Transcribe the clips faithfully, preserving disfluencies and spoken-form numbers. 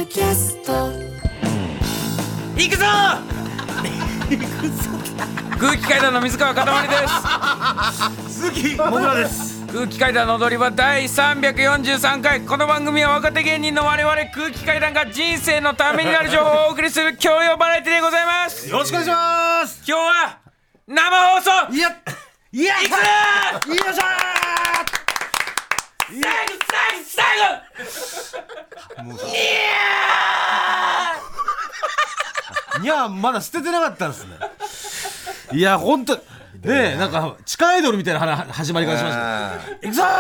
キャスト。 行くぞ空気階段の水川かたまりです鈴木もぐらです。 空気階段の踊り場だいさんびゃくよんじゅうさんかい。この番組は若手芸人の我々空気階段が人生のためになる情報をお送りする教養バラエティでございます。 よろしくお願いします。 今日は生放送いやいやいくぞーよいしょー最後最後もういやいやまだ捨ててなかったんですね。いやほんとねえなんか地下アイドルみたいな始まり方しました。行くぞ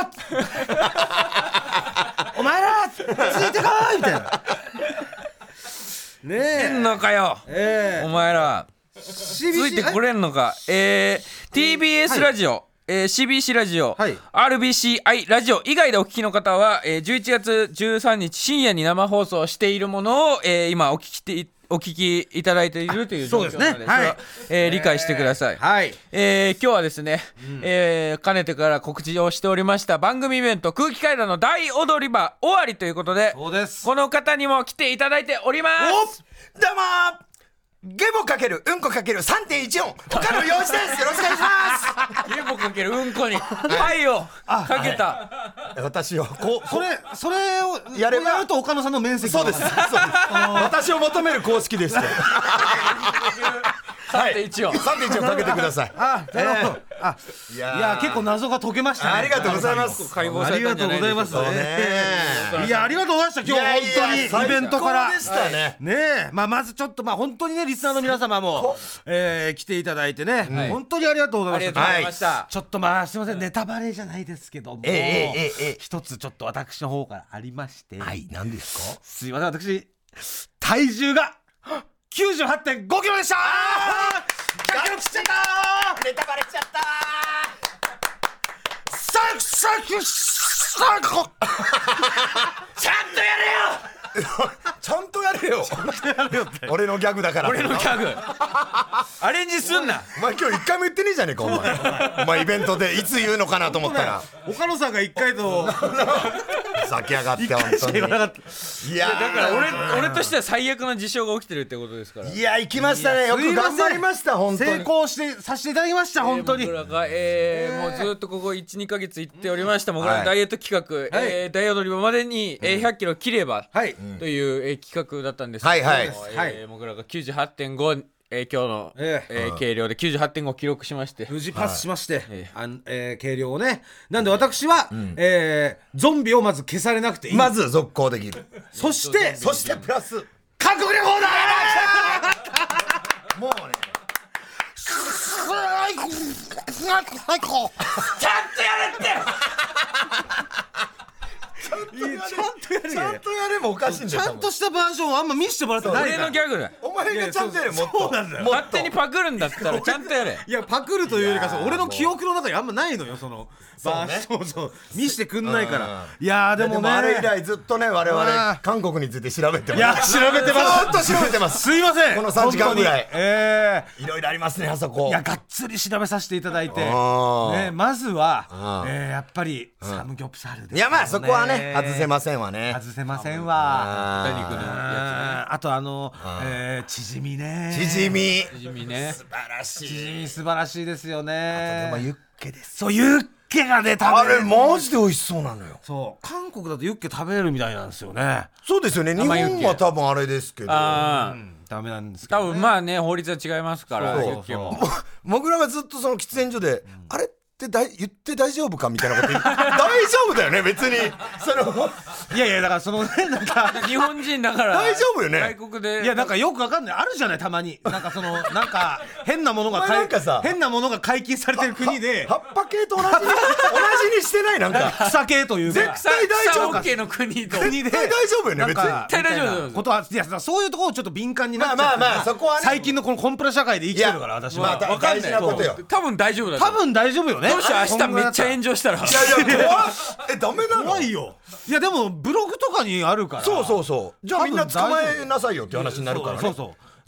お前らついてこいみたいなねえーんのかよ、 えお前らー、 ついてこれんのか。えー、ティービーエス ラジオ、はいえー、シービーシー ラジオ、はい、アールビーシーアイ ラジオ以外でお聞きの方は、えー、じゅういちがつじゅうさんにち深夜に生放送しているものを、えー、今お聞きてお聞きいただいているという状況なので、 そうですね、はい、 えー、理解してください、 えーはいえー、今日はですね、うんえー、かねてから告知をしておりました番組イベント空気階段の大踊り場終わりということで、 そうです。 この方にも来ていただいております。 どうもーゲボかけるうんこかける さんてんいちよん 岡野陽一です。よろしくお願いしますゲボかけるうんこにパイをかけた私をこうそれそれをやればやると岡野さんの面積そうですそうです私を求める公式ですさんてんいちよんさんてんいちよん かけてください。 あなるほど、えー、あいやいや結構謎が解けましたね。 ありがとうございます。 解放されたんじゃないでしょうか。 ありがとうございますね。いやありがとうございました。今日本当にイベントから最高でしたね。 ねえまあまずちょっとまあ本当にねリスナーの皆様も、えー、来ていただいてね、はい、本当にありがとうございました。 ありがとうございました、はい、 ちょっとまあすみませんネタバレじゃないですけども、 えーえーえー、 一つちょっと私の方からありまして、 はい何ですか。 すいません私体重が きゅうじゅうはちてんごキロでした。 ひゃっキロ切っちゃったー。ネタバレしちゃったー。 サクサクサクちゃんとやれよちゃんとやれよ俺のギャグだから。 俺のギャグアレンジすんな。 お前今日一回も言ってねえじゃねえかお前お前イベントでいつ言うのかなと思ったら岡野さんが一回と咲き上がって本当に。いやだから俺俺としては最悪の事象が起きてるってことですから。 いや行きましたね。よく頑張りました本当に。 成功してさせていただきました本当に。 僕らが、えーえー、もうずっとここ いちにかげつ行っておりました。僕らのダイエット企画、はいえー、大踊り場までに、えー、ひゃっキロ切れば、はい、という、えー、企画だったんですけど、 はいはいえー、僕らが きゅうじゅうはちてんごえー、今日の、えーえー、計量で きゅうじゅうはちてんご 記録しまして無事パスしまして、はいあんえー、計量をねなんで私は、うんえー、ゾンビをまず消されなくていい。 まず続行できる。 そしてそしてプラス韓国旅行だもうねちゃんとやれってちゃんとやれちゃんとやれもおかしいんだよ。 ちゃんとしたバージョンをあんま見せてもらってないから。 俺のギャグだ。 お前がちゃんとやれもっと。 そうなんだよ。 勝手にパクるんだったらちゃんとやれ。 いやパクるというよりかさ俺の記憶の中にあんまないのよそのバーそうそう見せてくんないから。いやでもねあれ以来ずっとね我々韓国について調べてます。 いや調べてますずっと調べてます。 すいませんこのさんじかんぐらいええいろいろありますねあそこ。 いやがっつり調べさせていただいてねまずはえやっぱりサムギョプサルです。 いやまあそこはね外せませんわね。 外せませんわ。 豚肉のやつあとあのえチヂミね。 チヂミチヂミね素晴らしい。 チヂミ素晴らしいですよね。 あとでもユッケです。 そうユッケがね食べあれマジで美味しそうなのよ。 そう韓国だとユッケ食べれるみたいなんですよね。 そうですよね。日本は多分あれですけどあ、うん、ダメなんですけど、ね、 多分まあね法律は違いますからそうそうユッケももぐらがずっとその喫煙所で、うん、あれってだい言って大丈夫かみたいなこと言って大丈夫だよね別にそのいやいやだからそのねなんか日本人だから大丈夫よね外国でいやなんかよくわかんないあるじゃないたまになんかそのなんか変なものがなんかさ変なものが解禁されてる国で葉っぱ系と同じに同じにしてないなんか草系というか絶対大丈夫草 OK の国と国で絶対大丈夫よね別に絶対大丈夫ことはいやそういうところをちょっと敏感になっちゃってまあまあまあそこはね最近のこのコンプラ社会で生きてるから私はまあ大事なことよ。 多分大丈夫だ多分大丈夫よね。 どうしよう明日めっちゃ炎上したらいやいや怖っえダメなの怖いよ。いやでもブログとかにあるからそうそうそうじゃあみんな捕まえなさいよって話になるからね。 そうそう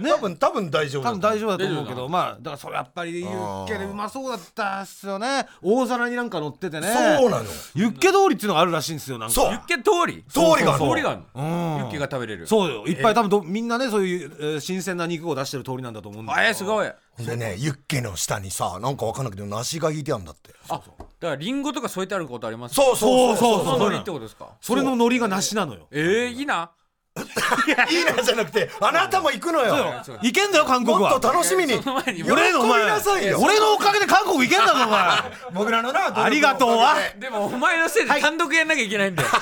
ね多分多分大丈夫多分大丈夫だと思うけど、まあだからそれやっぱりユッケでうまそうだったっすよね。大皿になんか乗っててね。 そうなの。 ユッケ通りっていうのがあるらしいんですよ。なんかそうユッケ通り通りがある通りがあるうんのユッケが食べれる。 そうよ、いっぱい多分どみんなねそういう、えー新鮮な肉を出してる通りなんだと思うんだけど。 あえすごい。 でねユッケの下にさなんかわかんないけど梨が引いてあるんだって。 あだからリンゴとか添えてあることあります。 そうそうそうそうその海苔ってことですか。 それの海苔が梨なのよ。 えー、いいな。 いいなじゃなくてあなたも行くのよ。 そう行けんだよ韓国は。 もっと楽しみに。 その前に俺のお前喜びなさいよ俺のおかげで韓国行けんだぞお前。 僕らのなありがとうわ。 でもお前のせいで単独やんなきゃいけないんだよ。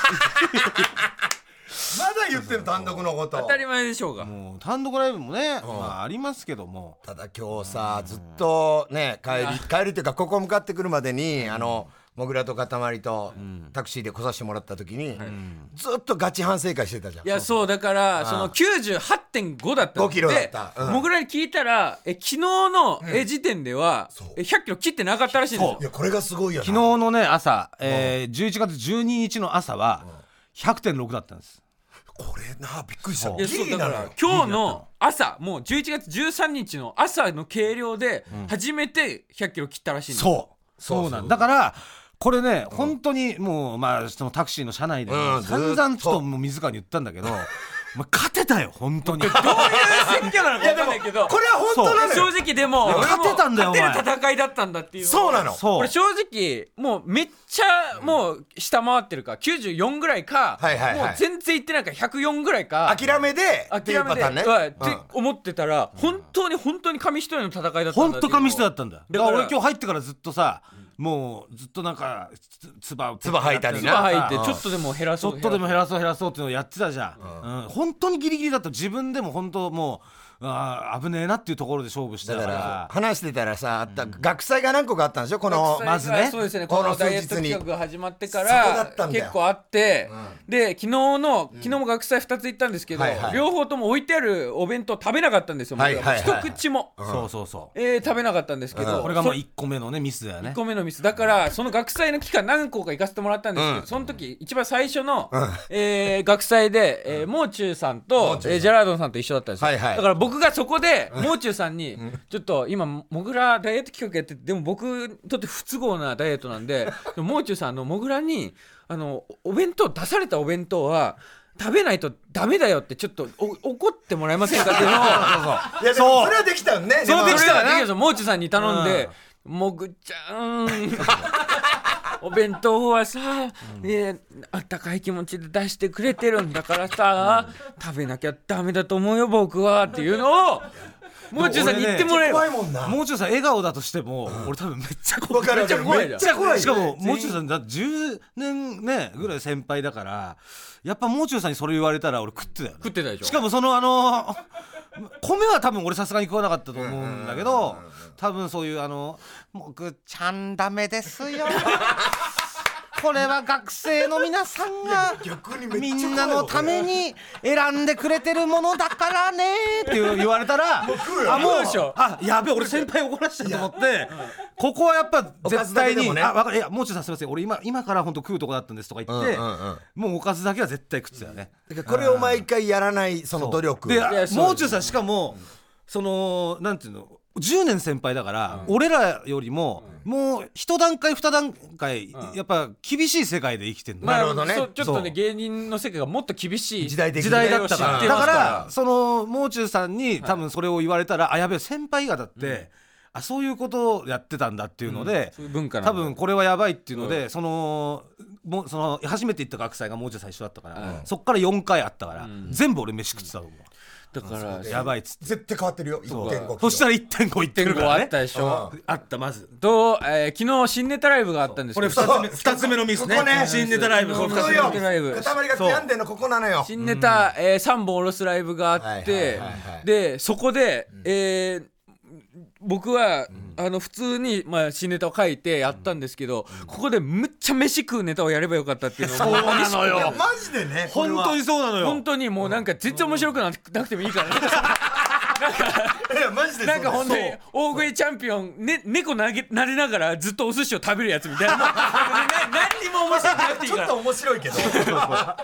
まだ言ってる単独のこと当たり前でしょうが。 もう単独ライブもね、まあありますけども。 ただ今日さずっとね帰り帰りというかここ向かってくるまでにあのもぐらとかたまりとタクシーで来させてもらった時にずっとガチ反省会してたじゃん。 いやそうだからその きゅうじゅうはちてんご だったんごキロだったうんもぐらに聞いたらえ昨日のえ時点ではえひゃっキロ切ってなかったらしいんですよ。 いやこれがすごいよな。 昨日のね朝、えー、じゅういちがつじゅうににちの朝は ひゃくてんろく だったんです。 これなびっくりした。 いやギそうだからリなのよ。 今日の朝もうじゅういちがつじゅうさんにちの朝の計量で初めてひゃっキロ切ったらしいんですよ。 そうそうなんだからこれね、本当にもうまあそのタクシーの車内でうん散々ちょっともう自らに言ったんだけど、まあ勝てたよ本当に。 どういう説教なのか分かんないけどこれは本当なのよ。 正直でも勝てたんだよ俺もお前勝てる戦いだったんだっていうのをそうなの。 そう俺正直もうめっちゃもう下回ってるかきゅうじゅうよんぐらいか、 はいはいはいもう全然いってないからひゃくよんぐらいか諦めでっていう諦めて、 パターンね。 はいっうんて思ってたら、本当に本当に紙一重の戦いだったんだ本当紙一重だっったんだよ。 だからだから俺今日入ってからずっとさ、もうずっとなんかつつばつば吐いたりなつば吐いてちょっとでも減らそうちょっとでも減らそう減らそうっていうのをやってたじゃん、うん、本当にギリギリだった。自分でも本当もうあー危ねえなっていうところで勝負してたかだからら話してたらさあった学祭が何個かあったんでしょこのまずねそうですねこのこのダイエット数日に企画が始まってかそこだらったんだよ結構あって、で昨日の昨日も学祭ふたつ行ったんですけど、 はいはい両方とも置いてあるお弁当食べなかったんですよ、 はいはいはい一口も、 そうそうそう、 えー食べなかったんですけど、 これがもういっこめのねミスだよねいっこめのミスだからその学祭の期間何校か行かせてもらったんですけど、 うんその時一番最初の、えー学祭で、えーもう中さんともう中さんえージャラードンさんと一緒だったんですよ、 はいはいだから僕がそこでもう中さんに、ちょっと今もぐらダイエット企画やっててでも僕にとって不都合なダイエットなんでもう中さんあのもぐらにあのお弁当出されたお弁当は食べないとダメだよってちょっとお怒ってもらえませんかっていうのをいやでもそれはできたよね。 それできたらね。 できたもう中さんに頼んで、もぐちゃんお弁当はさ、ね、あったかい気持ちで出してくれてるんだからさ、食べなきゃダメだと思うよ僕はっていうのをもう中さんに言ってもらえれば、 怖いもんな。 もう中さん笑顔だとしても、俺多分めっちゃ怖い。 わかるわかる。 めっちゃ怖いめっちゃ怖い。 しかももう中さんだってじゅうねんねぐらい先輩だからやっぱもう中さんにそれ言われたら俺食ってたよね。 食ってたでしょ。 しかもそのあの米は多分俺さすがに食わなかったと思うんだけど、多分そういうあのもぐちゃんダメですよこれは学生の皆さんが逆にめっちゃみ怖いわんなのために選んでくれてるものだからねって言われたら食うよあもう食うでしょあやべえ俺先輩怒らしちゃうと思ってここはやっぱ絶対に、 おかずだけでもねあわかるいやもう中さんすいません俺今今から本当食うとこだったんですとか言って、 うんうんうんもうおかずだけは絶対食ってたよね。 だからこれを毎回やらないその努力。 でやそうもう中さんしかも、そのなんていうのじゅうねん先輩だから、俺らよりも、もう一段階二段階、やっぱ厳しい世界で生きてんの、 まあなるほどねそうちょっとねそう芸人の世界がもっと厳しい時代的に時代だったから、 知ってますからだからそのもう中さんに多分それを言われたら、あやべえ先輩方って、あそういうことをやってたんだっていうので、 そういう文化なんだ多分これはやばいっていうので、そのもうその初めて行った学祭がもう中さん一緒だったから、 うんそっからよんかいあったから、全部俺飯食ってたと思う、 だからやばいっつって。 絶対変わってるよ。いってんごキロ。 そしたら いってんご いってるからねあったでしょ、 あったまずと、えー昨日新ネタライブがあったんですけどこれふたつめふたつめのミスねここね新ネタライブここよこれふたつめのミスライブ塊が悔やんでんのここなのよ。 新ネタ、えーさんぼん下ろすライブがあって、 はいはいはいはいでそこで、えー僕は、あの普通に、まあ、新ネタを書いてやったんですけど、ここでむっちゃ飯食うネタをやればよかったっていうのをそうなのよいやマジでね。 本当にそうなのよ本当にもうなんか全然面白くなくてもいいからねいやマジでそうなんか本当に大食いチャンピオン、ね、猫投げ撫でながらずっとお寿司を食べるやつみたいなもうな何にも面白くなくていいからちょっと面白いけど。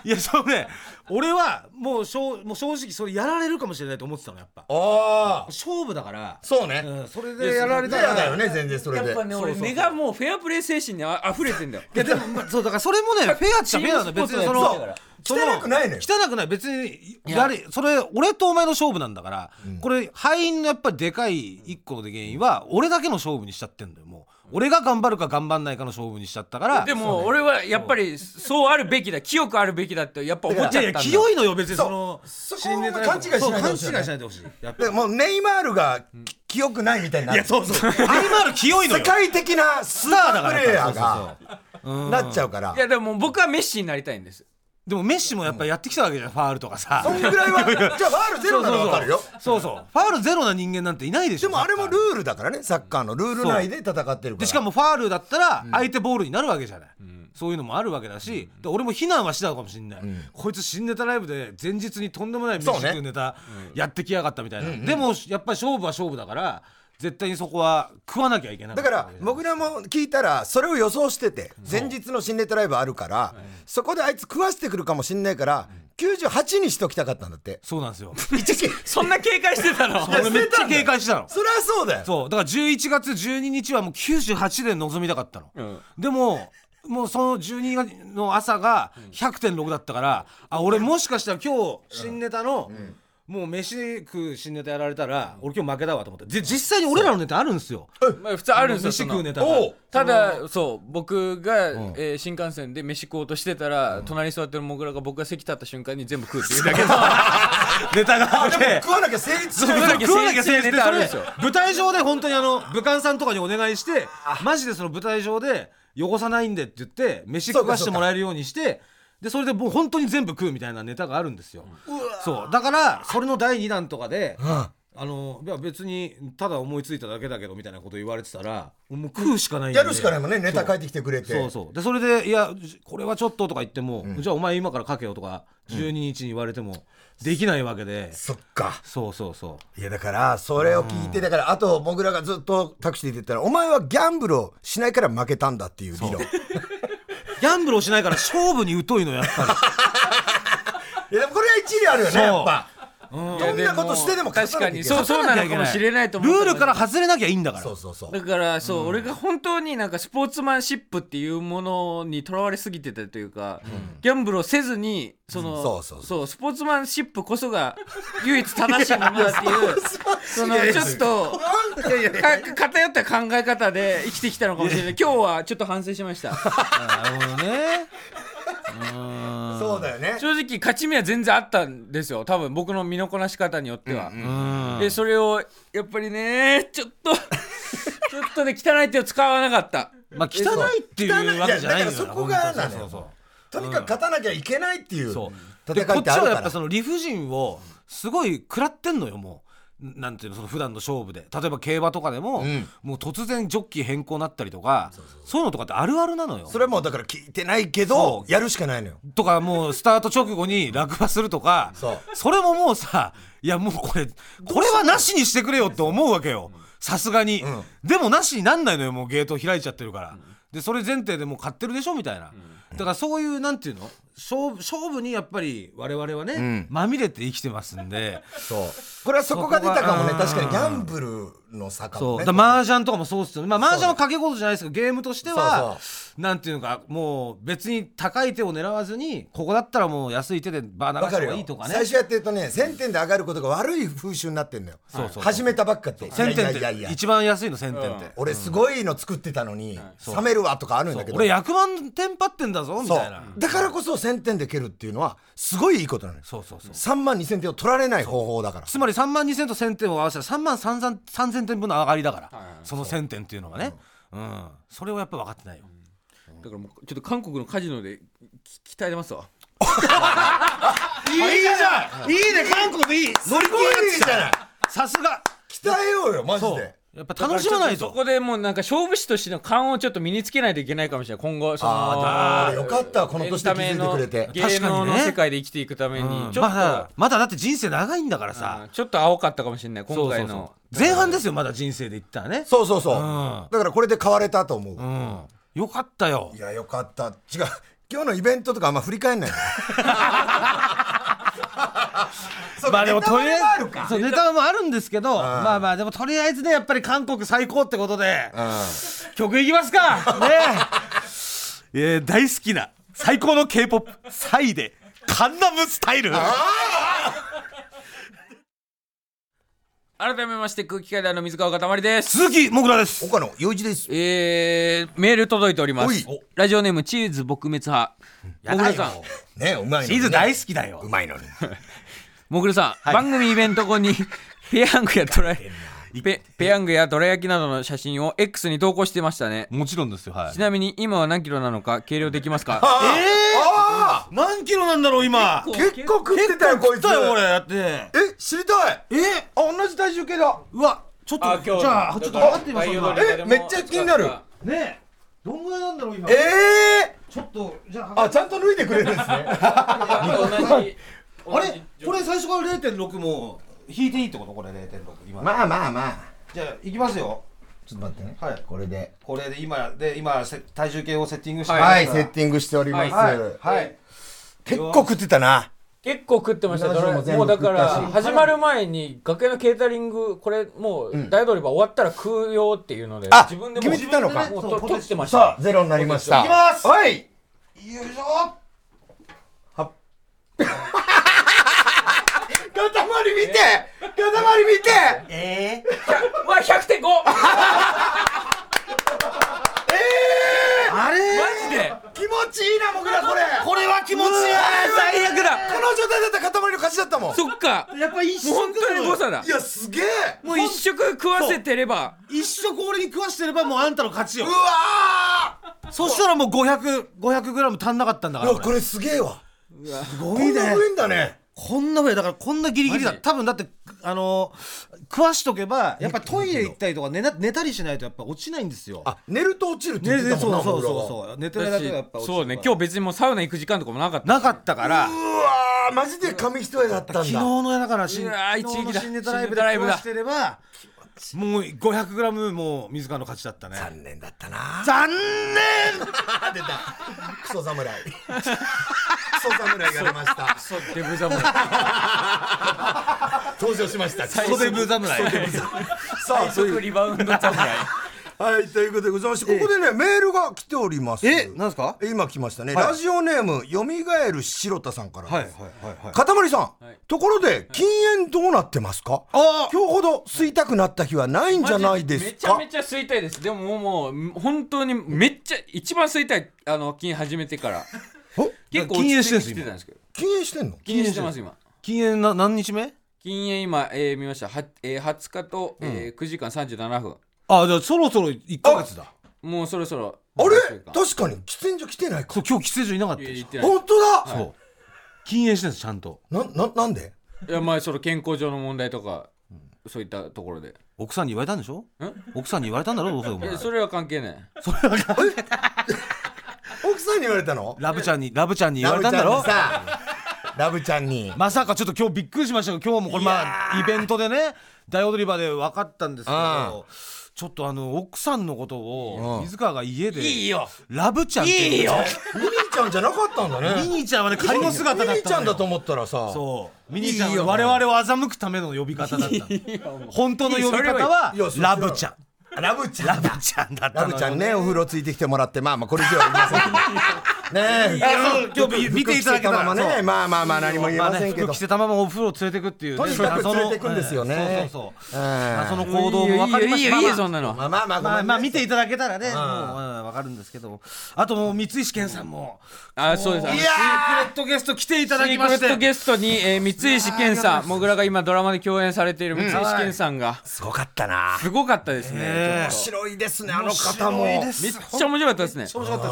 いやそうね俺はもうしょうもう正直それやられるかもしれないと思ってたのやっぱあ勝負だからそうね、 うん、それでやられたらだよね全然それでやっぱね俺根がもうフェアプレー精神にあ溢れてんだよいやでも、まあ、そうだからそれもねフェアっちゃフェアなんだ別にその汚くないのよ汚くない別にやれそれ俺とお前の勝負なんだから、うん、これ敗因のやっぱりでかい一個の原因は俺だけの勝負にしちゃってんだよもう俺が頑張るか頑張んないかの勝負にしちゃったからでも俺はやっぱりそうあるべきだ清くあるべきだってやっぱ思っちゃったんだ。いやいや清いのよ別にそのそこは勘違いしないでほしい、ね、勘違いしないでほしいやっぱもうネイマールが清くないみたいになる。 いやそうそうネイマール清いのよ世界的なスタープレイヤーがなっちゃうからいやでも僕はメッシになりたいんです。 でもメッシもやっぱやってきたわけじゃん、うん、ファールとかさそんぐらいはじゃあファールゼロなら分かるよそうそうファールゼロな人間なんていないでしょ。 でもあれもルールだからねサッカーのルール内で戦ってるからでしかもファールだったら相手ボールになるわけじゃない、うん、そういうのもあるわけだし、うん、俺も非難はしたのかもしれない、うん、こいつ新ネタライブで前日にとんでもない飯食うネタやってきやがったみたいな、ねうん、でもやっぱり勝負は勝負だから絶対にそこは食わなきゃいけない。 だから僕らも聞いたらそれを予想してて前日の新ネタライブあるからそこであいつ食わしてくるかもしんないからきゅうじゅうはちにしときたかったんだって。 そうなんですよそんな警戒してたの俺めっちゃ警戒してたの。 そりゃそうだよ。 そうだからじゅういちがつじゅうににちはもうきゅうじゅうはちで臨みたかったの、うん、でももうそのじゅうにがつの朝が ひゃくてんろく だったからあ俺もしかしたら今日新ネタの、うんうんもう飯食う新ネタやられたら俺今日負けだわと思ってで実際に俺らのネタあるんですよ。 まあ普通あるんですよ飯食うネタが。 ただそう僕が、うんえー、新幹線で飯食おうとしてたら、うん、隣に座ってるモグラが僕が席立った瞬間に全部食うっていうだけのネタがあってでも食わなきゃ成立しない。 食わなきゃ成立してそれ舞台上で本当にあの武漢さんとかにお願いしてマジでその舞台上で汚さないんでって言って飯食わしてもらえるようにしてでそれでもう本当に全部食うみたいなネタがあるんですよ、うん、そうだからそれのだいにだんとかで、うん、あのいや別にただ思いついただけだけどみたいなこと言われてたらもう食うしかないんでやるしかないもんねネタ書いてきてくれてそうそうでそれでいやこれはちょっととか言っても、うん、じゃあお前今から書けよとかじゅうににちに言われてもできないわけで、うん、 そっかそうそうそういやだからそれを聞いてだからあとモグラがずっとタクシーで言ってたらお前はギャンブルをしないから負けたんだっていう理論ギャンブルをしないから勝負に疎いのやっぱりいやでもこれは一理あるよねやっぱ、 うん、 どんなことしてでも勝たなきゃいけない。 確かにそうそうなのかもしれないと思う。 ルールから外れなきゃいいんだから。 そうそうそうだからそう、うん、俺が本当になんかスポーツマンシップっていうものにとらわれすぎてたというか、うん、ギャンブルをせずにその、うん、そうそうそうそうスポーツマンシップこそが唯一正しいものだっていうそのちょっとか偏った考え方で生きてきたのかもしれない。今日はちょっと反省しました。 なるほどね。 うんそうだよね。 正直勝ち目は全然あったんですよ多分僕の身のこなし方によっては、うんうん、でそれをやっぱりねちょっとちょっとね汚い手を使わなかった。 まあ汚いっていうわけじゃないんだよ。 だからそこがなのよ。とにかく勝たなきゃいけないっていう戦いってあるから。 こっちはやっぱその理不尽をすごい食らってんのよもう。なんていうのその普段の勝負で例えば競馬とかでも、うん、もう突然ジョッキー変更になったりとかそうそうそうそういうのとかってあるあるなのよ。 それはもうだから聞いてないけどやるしかないのよ。 とかもうスタート直後に落馬するとか そ, それももうさいやもうこれこれはなしにしてくれよって思うわけよさすがに、うん、でもなしになんないのよもうゲート開いちゃってるから、うん、でそれ前提でもう買ってるでしょみたいな、うん、だからそういうなんていうの勝負、勝負にやっぱり我々はね、うん、まみれて生きてますんでそうこれはそこが出たかもね。確かにギャンブルの差かもね。 そうだ麻雀とかもそうですよね。まあ麻雀は賭け事じゃないですけどゲームとしてはなんていうのかもう別に高い手を狙わずにここだったらもう安い手でバー流した方がいいとかね。 最初やってるとねせんてんで上がることが悪い風習になってんのよ。そうそう始めたばっかってせんてんって一番安いのせんてんって、うん、 俺すごいの作ってたのに、うん、冷めるわとかあるんだけど俺ひゃくまんテンパってんだぞみたいな。 だからこそせんてんで蹴るっていうのはすごいいいことなのよ。そうそうそうさんまんにせんてんを取られない方法だから。 つまりさんまんにせんとせんてんを合わせたらさんまんさんぜんてんぶんの上がりだから、はい、そのせんてんっていうのがね、うんうん、それをやっぱ分かってないよ、 うん、だからもうちょっと韓国のカジノで鍛えてますわいいじゃんいいね韓国でいい乗り越えるじゃないさすが鍛えようよマジで。 やっぱ楽しまないと。 そこでもうなんか勝負師としての勘をちょっと身につけないといけないかもしれない今後。そのああよかったこの年で気づいてくれて。 芸能の世界で生きていくためにちょっと、 うん、まだまだだって人生長いんだからさ、 うん、ちょっと青かったかもしれない今回の。そうそうそう前半ですよまだ人生で言ったらね。 そうそうそう、うん、だからこれで変われたと思う、 うん、よかったよ。 いやよかった違う今日のイベントとかあんま振り返んないのまあでもとりあえずそうネタもあるんですけど、まあまあでもとりあえずねやっぱり韓国最高ってことで曲いきますかねえー、大好きな最高の K-ポップ サイでカンナムスタイル。 改めまして空気階段の水川かたまりです。 鈴木もぐらです。 岡野陽一です。 えー、メール届いております。ラジオネームチーズ撲滅派もぐらさんね、うまいのにね、 チーズ大好きだよ。 うまいのにもぐらさん、はい、番組イベント後にペヤングやトラペ, ペヤングやどら焼きなどの写真を X に投稿してましたね。 もちろんですよ、はい、 ちなみに今は何キロなのか計量できますか？ えー、あ何キロなんだろう今。 結構食ってたよこいつ。 結構食ったよこれやって。 え知りたい。えあ同じ体重計だ。 うわちょっとあじゃあちょっと測ってみましょうか。 えめっちゃ気になるね。どんぐらいなんだろう今。 えー、 ちょっとじゃああちゃんと脱いでくれるんですねあれこれ最初から れいてんろく も引いていいってことこれ れいてんろく 今。 まあまあまあじゃあいきますよ。 ちょっと待ってね。 はい。 これでこれで今で今体重計をセッティングしてはい、はい、セッティングしております。はい。はい、結構食ってたな。 結構食ってました。もうだから始まる前に楽屋のケータリングこれもう大踊り場終わったら食うよっていうので、 うん、 自分でも決めてたのか。 もうと取ってました。 さあゼロになりました。 いきます。 はい。 よいしょ。 はっ。塊見て。塊見て。 ええー。わひゃくてんご。 あれマジで気持ちいいなもぐらこれ。 これは気持ちいい。 最悪だ。 この状態だったら塊の勝ちだったもん。 そっか。 やっぱ一食もう本当に誤差だ。 いやすげえ。 もう一食食わせてれば。 一食俺に食わしてればもうあんたの勝ちよ。 うわー。そしたらもうごひゃく、ごひゃくグラム足んなかったんだから。 いやこれすげえわ。 すごいね。 こんな上んだね。 こんな上だからこんなギリギリだ。多分だってあのー、食わしとけばやっぱトイレ行ったりとか 寝, な寝たりしないとやっぱ落ちないんですよ。 あ寝ると落ちるって言ってたもんな。 そうそうそうそう寝てる間とやっぱ落ちる。 そうね今日別にもうサウナ行く時間とかもなかったなかったから。 うわーマジで紙一重だったんだ。 昨日のだから新ネタライブで食わしてればもう ごひゃくグラム もう水川の勝ちだったね。 残念だったな。 残念出たクソ侍クソ侍が出ました。 クソデブ侍登場しました。 クソデブ侍最速リバウンド侍はいということでございまして、ここでねメールが来ております。 えなんですか。 今来ましたね、はい、ラジオネームよみがえる白田さんからです。 はいはいはいはい。 かたまりさん、はい、ところで禁煙どうなってますか。 あ今日ほど吸いたくなった日はないんじゃないですか。 めちゃめちゃ吸いたいです。でももう本当にめっちゃ一番吸いたいあの禁煙始めてから結構禁煙してきてたんですけど。 禁煙してんの。 禁煙してます今。 禁煙な何日目。 禁煙今、えー、見ましたは、えー、はつかと、うんえー、くじかんさんじゅうななふん。 あじゃあそろそろいっかげつだ。 もうそろそろあれ確かに喫煙所来てないか。 そう今日喫煙所いなかったでしょ。 本当だ、 はい、そう禁煙してるんですちゃんと。 なななんで。 いやまあその健康上の問題とか、うん、そういったところで奥さんに言われたんでしょ。奥さんに言われたんだろどうせお前。 えそれは関係ない。 それは関係ない奥さんに言われたの。 ラブちゃんにラブちゃんに言われたんだろ。 ラブちゃんにまさかちょっと今日びっくりしましたけど今日もこれまあイベントでね大踊り場で分かったんですけどちょっとあの奥さんのことを水川が家でいいよラブちゃんっていいよミニーちゃんじゃなかったんだね。 ミニーちゃんはね仮の姿だったのよ。 ミニーちゃんだと思ったらさそうミニーちゃんは我々を欺くための呼び方だったの。本当の呼び方はラブちゃん。 ラブちゃんラブちゃんだったのよ。 ラブちゃんねお風呂ついてきてもらってまあまあこれ以上は言いませんけどねえ今日見ていただけたらまねまあまあまあ何も言えませんけど服着せたままお風呂連れてくっていうとにかく連れてくんですよね。 そうそうそうその行動も分かりました。 いいよいいよそんなの。 まあまあまあまあまあ見ていただけたらねもう分かるんですけどあともう三石健さんもあそうです。 いやーシークレットゲスト来ていただきましてシークレットゲストに三石健さんもぐらが今ドラマで共演されている三石健さんがすごかったな。 すごかったですね。 面白いですねあの方も。 めっちゃ面白かったですね。 面白かったです。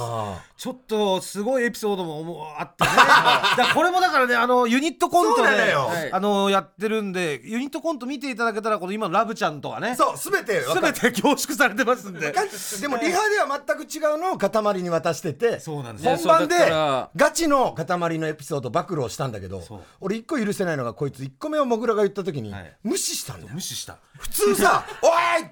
ちょっとすごいエピソードもあってねだこれもだからねあのユニットコントであのやってるんでユニットコント見ていただけたらこの今のラブちゃんとかねそう全て全て凝縮されてますんででもリハでは全く違うのを塊に渡しててそうなんです本番でガチの塊のエピソード暴露をしたんだけど俺一個許せないのがこいついっこめをもぐらが言った時に無視したんだよ。 無視した。 普通さおい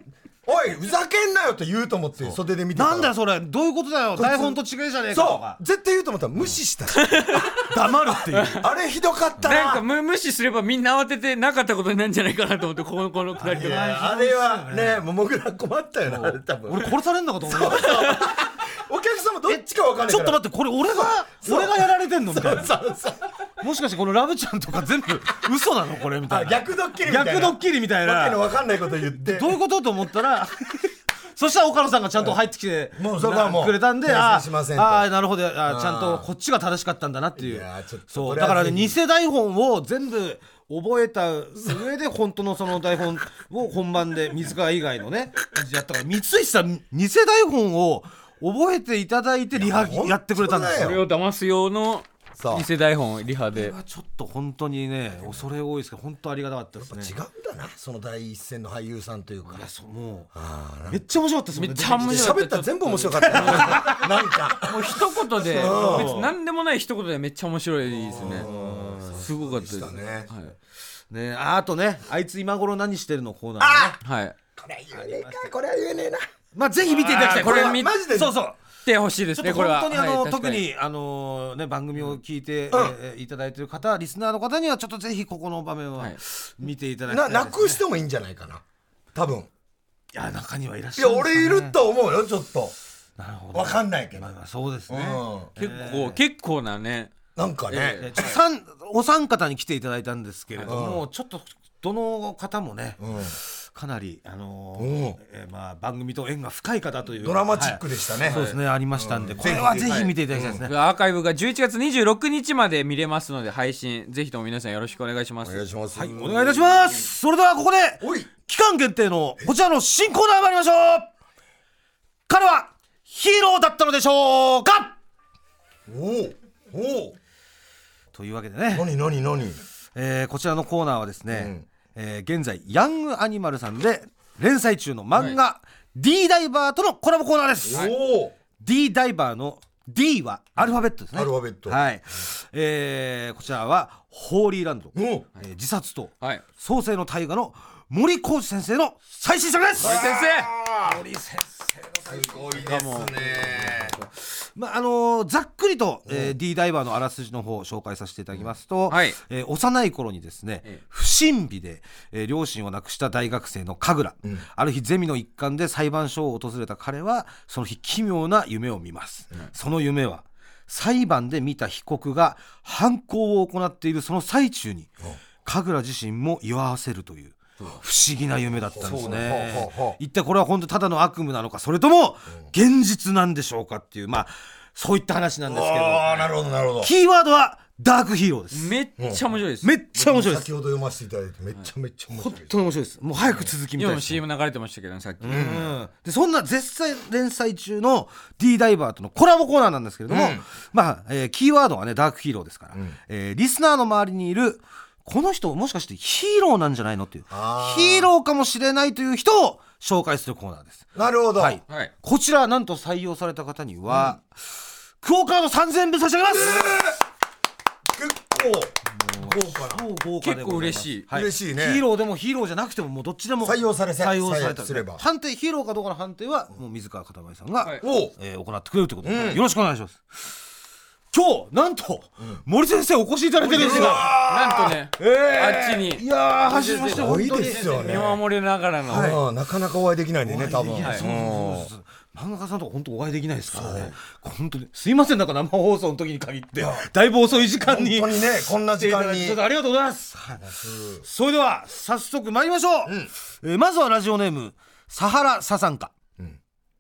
おいふざけんなよって言うと思って袖で見てたらなんだよそれどういうことだよ台本と違いじゃねえかとかそう絶対言うと思ったら無視したし黙るっていうあれひどかったななんか無無視すればみんな慌ててなかったことになるんじゃないかなと思ってこのこのくだりとかあれはねもうもぐら困ったよなあれ多分俺殺されんのかと思うお客様どっちか分かんないちょっと待ってこれ俺が俺がやられてんのみたいなそうそうもしかしてこのラブちゃんとか全部嘘なのこれみたいな逆ドッキリみたいな逆ドッキリみたいなわけの分かんないこと言ってどういうことと思ったらそしたら岡野さんがちゃんと入ってきてもうそこはもうくれたんで訂あ正しませんとあなるほどあちゃんとこっちが正しかったんだなっていういやちょっとそうこれはだからねぜひ偽台本を全部覚えた上で本当のその台本を本番で水川以外のねやったから三石さん偽台本を覚えていただいてリハやってくれたんですよそれを騙す用のそう偽台本リハでこれはちょっと本当にね恐れ多いですけど本当ありがたかったですね違うんだなその第一線の俳優さんというかいやそうもあうめっちゃ面白かったですもんねめっちゃ面白喋ったら全部面白かったななんかもう一言で別に何でもない一言でめっちゃ面白いですねすごかったですそうでしたねはいねああとねあいつ今頃何してるのコーナーねはいこれは言えねえかこれは言えねえなまあぜひ見ていただきたいこれはあーこれ見マジでそうそうてほしいでちょっとすねこれは本当にあの、 はい確か特にあのね番組を聞いて、えーいただいている方リスナーの方にはちょっとぜひここの場面ははい見ていただきたいです、ねななくしてもいいんじゃないかな多分いや中にはいらっしいやゃるんですかね俺いると思うよちょっとなるほどわかんないけどまあまあそうですね、 うん結構結構なねなんかねえちょっと三お三方に来ていただいたんですけれども、ちょっとどの方もね、 うんかなりあのーうんえーまあ番組と縁が深い方というドラマチックでしたねはいそうですねありましたんで、これはぜひ見ていただきたいですね、 アーカイブがじゅういちがつにじゅうろくにちまで見れますので配信ぜひとも皆さんよろしくお願いしますお願いしますはいお願いいたしますそれではここでおい期間限定のこちらの新コーナー参りましょう彼はヒーローだったのでしょうかおおおおというわけでね、 何何何えーこちらのコーナーはですね、 うんえー現在ヤングアニマルさんで連載中の漫画、はい、D ダイバーとのコラボコーナーです、 おお D ダイバーの D はアルファベットですねアルファベットはい、えーこちらはホーリーランド、 おえー自殺とはい創世の大河の森浩二先生の最新作です森先生森先生のすごいですねまああのーざっくりと、えー、D ダイバーのあらすじの方を紹介させていただきますと、 はいえー幼い頃にですね、 ええ不審火で、えー両親を亡くした大学生の神楽、 うんある日ゼミの一環で裁判所を訪れた彼はその日奇妙な夢を見ます、 うんその夢は裁判で見た被告が犯行を行っているその最中に神楽自身も居合わせるという不思議な夢だったんですそうねねほうほうほう一体これは本当ただの悪夢なのかそれとも現実なんでしょうかっていうまあそういった話なんですけどああなるほどなるほどキーワードはダークヒーローですめっちゃ面白いですめっちゃ面白いです先ほど読ませていただいてめっちゃめっちゃ面白い本当に面白いですもう早く続きみた今もいですシーエム 流れてましたけどねさっきうんでそんな絶賛連載中の D ダイバーとのコラボコーナーなんですけれども、 うんまあ、えーキーワードはねダークヒーローですから、 うんえーリスナーの周りにいるこの人もしかしてヒーローなんじゃないのっていうあーヒーローかもしれないという人を紹介するコーナーです。 なるほど、 はいはいこちらなんと採用された方には、クオカードさんぜんぶ差し上げます、 結構豪華なもう豪華でございます結構嬉しいは嬉しいねヒーローでもヒーローじゃなくてももうどっちでも採用されせ採用された採用すれば判定ヒーローかどうかの判定はもう水川かたまりさんが、 はいおうえー行ってくれるということで、 うんよろしくお願いします。今日なんと、森先生お越しいただいてるんですよ。 なんとねあっちにいやーはじめましてすごい本当にですよね見守りながらのああなかなかお会いできないんでね多分お会いできないそうそううんそうそう漫画家さんとか本当お会いできないですからね。本当にすいませんなんか生放送の時に限ってだいぶ遅い時間に本当にねこんな時間にちょっとありがとうございます。はいそれでは早速参りましょう。えーまずはラジオネームサハラササンカ。 うん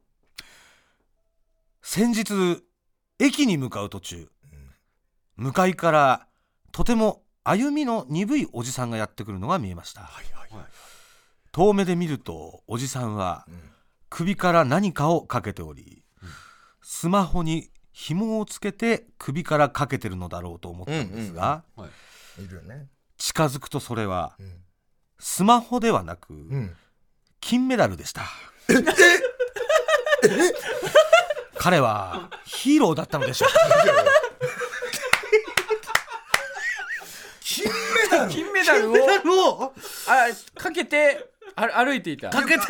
先日駅に向かう途中、向かいからとても歩みの鈍いおじさんがやってくるのが見えました。遠目で見るとおじさんは首から何かをかけており、スマホに紐をつけて首からかけてるのだろうと思ったんですが、 はいいるよね近づくとそれはうんスマホではなくうん金メダルでした。彼はヒーローだったのでしょうか。 金メダル金メダルをメダルをあかけてあ歩いていたかけて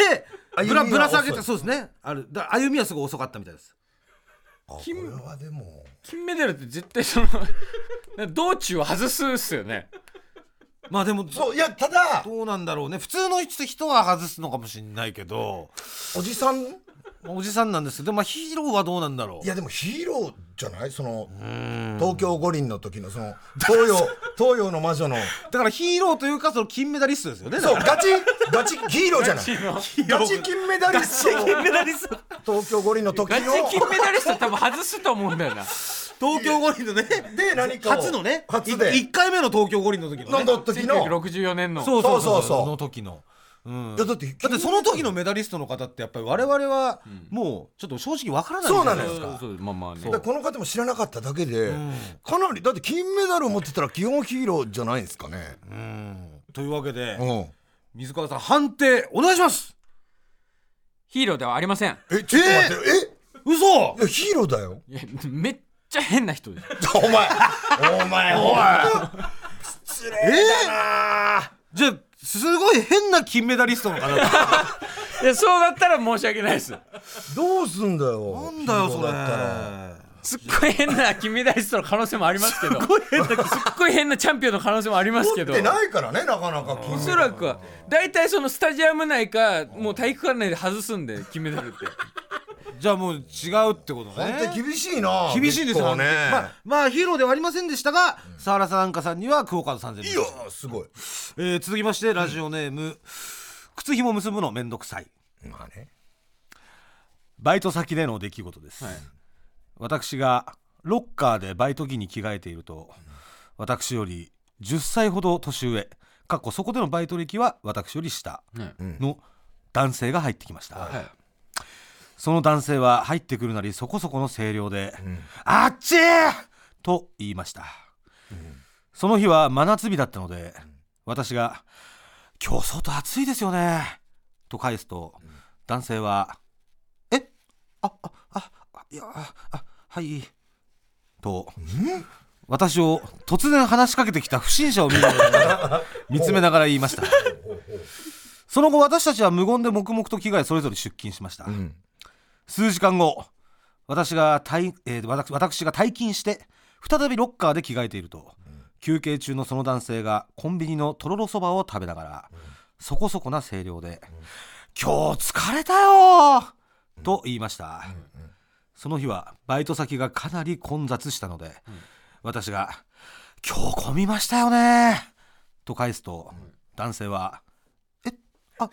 ぶらぶら下げてそうですねあるだ歩みはすごい遅かったみたいです。 あこれはでも金メダルって絶対その道中を外すっすよね。 まあでもそういやただどうなんだろうね普通の人は外すのかもしれないけどおじさんおじさんなんですけど、まあ、ヒーローはどうなんだろう。 いやでもヒーローじゃないその東京五輪の時のその東洋東洋の魔女のだからヒーローというかその金メダリストですよね。 そうガチガチヒーローじゃないガチ金メダリスト金メダリスト東京五輪の時のガチ金メダリスト多分外すと思うんだよな。 東京五輪のねで何か初のね初でいっかいめの東京五輪の時のねの時せんきゅうひゃくのろくじゅうよねんのそうそうそうそうそうそうその時の、うん、 いやだってだってその時のメダリストの方ってやっぱり我々はもうちょっと正直わからないそうなのよじゃないですか。 そうまあまあねだからこの方も知らなかっただけで、 んかなりだって金メダルを持ってたら基本ヒーローじゃないんですかね。 うんというわけで、 うん水川さん判定お願いします。 ヒーローではありません。 えちょっと待ってえ嘘いやヒーローだよいやめっちゃ変な人です。 お前お前おい失礼だな、 じゃあすごい変な金メダリストの方だいやそうだったら申し訳ないです。 どうすんだよなんだよそれヒーローだったらすっごい変な金メダリストの可能性もありますけどすっごい変なすっごい変なチャンピオンの可能性もありますけど持ってないからねなかなか金メダルおそらくは大体そのスタジアム内かもう体育館内で外すんで金メダルって。 じゃあもう違うってことね。 本当に厳しいな厳しいですよね、 まあ、まあヒーローではありませんでしたが澤原さんかさんにはクオカードさんぜんえんいやすごいえー、続きましてラジオネーム、うん、靴ひも結ぶのめんどくさい。 まあねバイト先での出来事です、はい、私がロッカーでバイト着に着替えていると、うん、私よりじゅっさいほど年上かっこそこでのバイト歴は私より下の男性が入ってきました、はいはい、その男性は入ってくるなりそこそこの声量で、うん、あっちーと言いました、うん、その日は真夏日だったので、うん、私が今日外暑いですよねと返すと、うん、男性はえあああいやああはいと、うん、私を突然話しかけてきた不審者を見るように見つめながら言いましたその後私たちは無言で黙々と着替えそれぞれ出勤しました、うん、数時間後 私が退、えー、私, 私が退勤して再びロッカーで着替えていると、うん、休憩中のその男性がコンビニのとろろそばを食べながら、うん、そこそこな声量で、うん、今日疲れたよ、うん、と言いました、うんうん、その日はバイト先がかなり混雑したので、うん、私が今日混みましたよねと返すと、うん、男性はえああ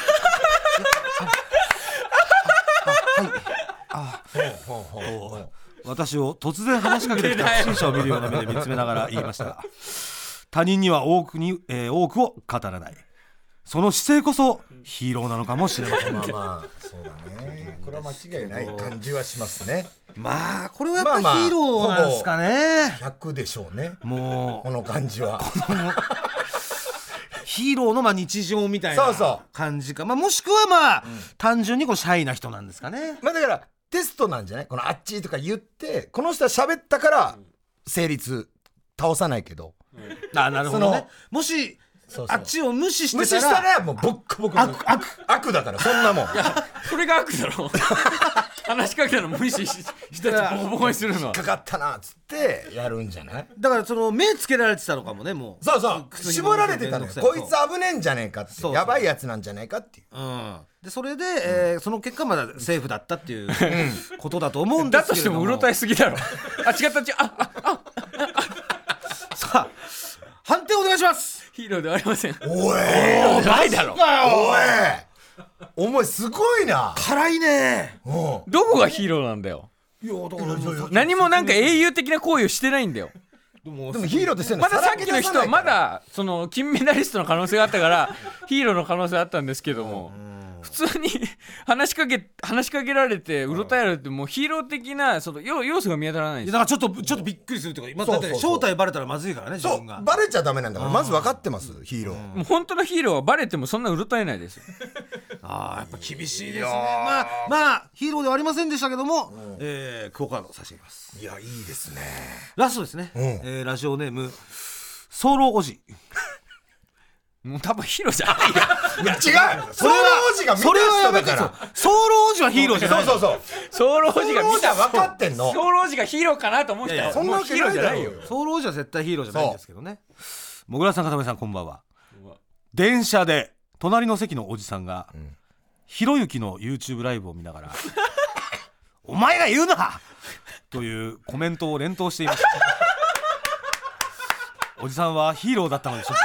あはいああ私を突然話しかけてきた不審者を見るような目で見つめながら言いましたが他人には多くに、えー、多くを語らないその姿勢こそヒーローなのかもしれません。 まあまあそうだねこれは間違いない感じはしますね。 まあこれはやっぱヒーローなんですかね、まあまあ、 ひゃくでしょうねもうこの感じはヒーローのまあ日常みたいな感じか、まあ、もしくはまあ、うん、単純にこうシャイな人なんですかね。 まあだからテストなんじゃないこのあっちとか言ってこの人は喋ったから成立倒さないけど、 うん、あなるほどねもしそうそうあっちを無視してたら無視したらもうボッコボコ悪悪悪だからそんなもんいやそれが悪だろ話しかけたの無視したらボコボコにするの引っかかったなっつってやるんじゃないだからその目つけられてたのかもねもうそうそう絞られてたのよこいつ危ねえんじゃねえかってやばいやつなんじゃねえかっていう、 うん、でそれで、うんえー、その結果まだセーフだったっていうことだと思うんですけれどもだとしてもうろたえすぎだろあ違った違うああああさあ判定お願いします。 ヒーローではありません。 おいおないだろおいお前すごいな辛いねどこがヒーローなんだよ。 いやだから何もなんか英雄的な行為をしてないんだよ。 でもヒーローってしてんのまださっきの人はまだその金メダリストの可能性があったからヒーローの可能性あったんですけども普通に話しかけ話しかけられてうろたえられてもうヒーロー的なその要素が見当たらないんです。 だからちょっとちょっとびっくりするというか、だって正体バレたらまずいからね自分が。 そうバレちゃダメなんだからまず分かってますヒーロー。 もう本当のヒーローはバレてもそんなうろたえないですよ。 ああやっぱ厳しいですね。まあまあヒーローではありませんでしたけども、うん、えー、クオカード差し上げます。 いやいいですね。 ラストですね、うん、えー、ラジオネームソウロおじもう多分ヒーローじゃないよ。 いや違う、ソウル王子が見た人だから。 ソウル王子はヒーローじゃない。 そうそうそう、 ソウル王子が見た分かってんの。 ソウル王子がヒーローかなと思ってた。 そんなわけないだろうよ。 ソウル王子は絶対ヒーローじゃないんですけどね。もぐらさん、かためさん、こんばんは。電車で隣の席のおじさんが、うん、ひろゆきの YouTube ライブを見ながらお前が言うなというコメントを連投していました。おじさんはヒーローだったのでしょうか。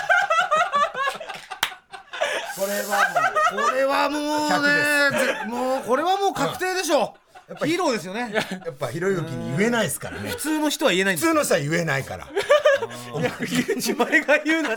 これはもうこれはもうね、もうこれはもう確定でしょう。やっぱヒーローですよね。 やっぱひろゆきに言えないですからね。 普通の人は言えないんです。 普通の人は言えないから。 お前が言うな。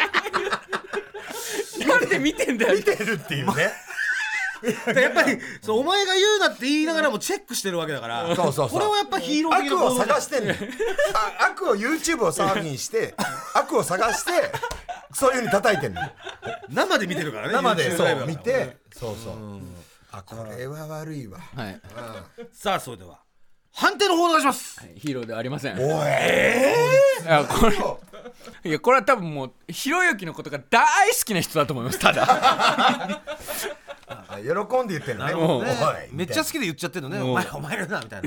なんで見てんだよ。 見てるっていうね。 やっぱりそう、お前が言うなって言いながらもチェックしてるわけだから。 そうそうそう、 これはやっぱヒーロー的な悪を探してんの。悪を YouTube をサーフィンして悪を探してそういう風に叩いてんの。 生で見てるからね。 生でそう見て、そうそう、あ、これは悪いわ。 はい。 さあ、それでは判定の方お願いします。 はい、ヒーローではありません。 おえー、いやこれいやこれは多分もうひろゆきのことが大好きな人だと思います。ただ喜んで言ってるね。 めっちゃ好きで言っちゃってるのね。お前お前らなみたいな。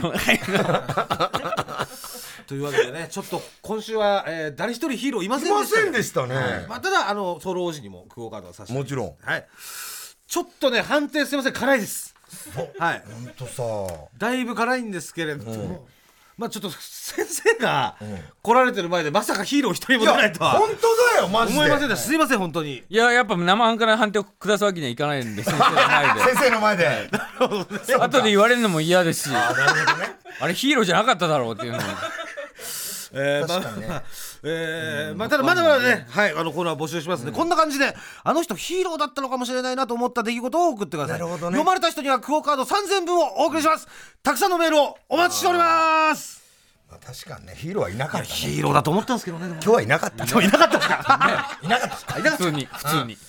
というわけでね、ちょっと今週は、えー、誰一人ヒーローいませんでした。 いませんでしたね。 まあ、ただあのソウル王子にもクオカードをさせて、 もちろん、 はい、ちょっとね判定すいません、辛いです。はい、 ほんとさだいぶ辛いんですけれども、うん、まあちょっと先生が来られてる前でまさかヒーロー一人も出ないとは本当だよマジで思いませんでした。すいません本当に。 いややっぱ生半可な判定を下すわけにはいかないんで、先生の前で先生の前で後で言われるのも嫌ですし、 あ、なるほどね、 あれヒーローじゃなかっただろうっていうのをえー、確かにね、まあえーまあ、ただまだまだね、はい、あのコーナー募集しますので、うん、こんな感じであの人ヒーローだったのかもしれないなと思った出来事を送ってください。なるほどね。読まれた人にはクオカードさんぜんぶんをお送りします。たくさんのメールをお待ちしております。 まあ、確かにね、ヒーローはいなかった、ね、 ヒーローだと思ったんですけどね。 今日はいなかった、ね、 今日いなかったですかいなかったですか普通に普通に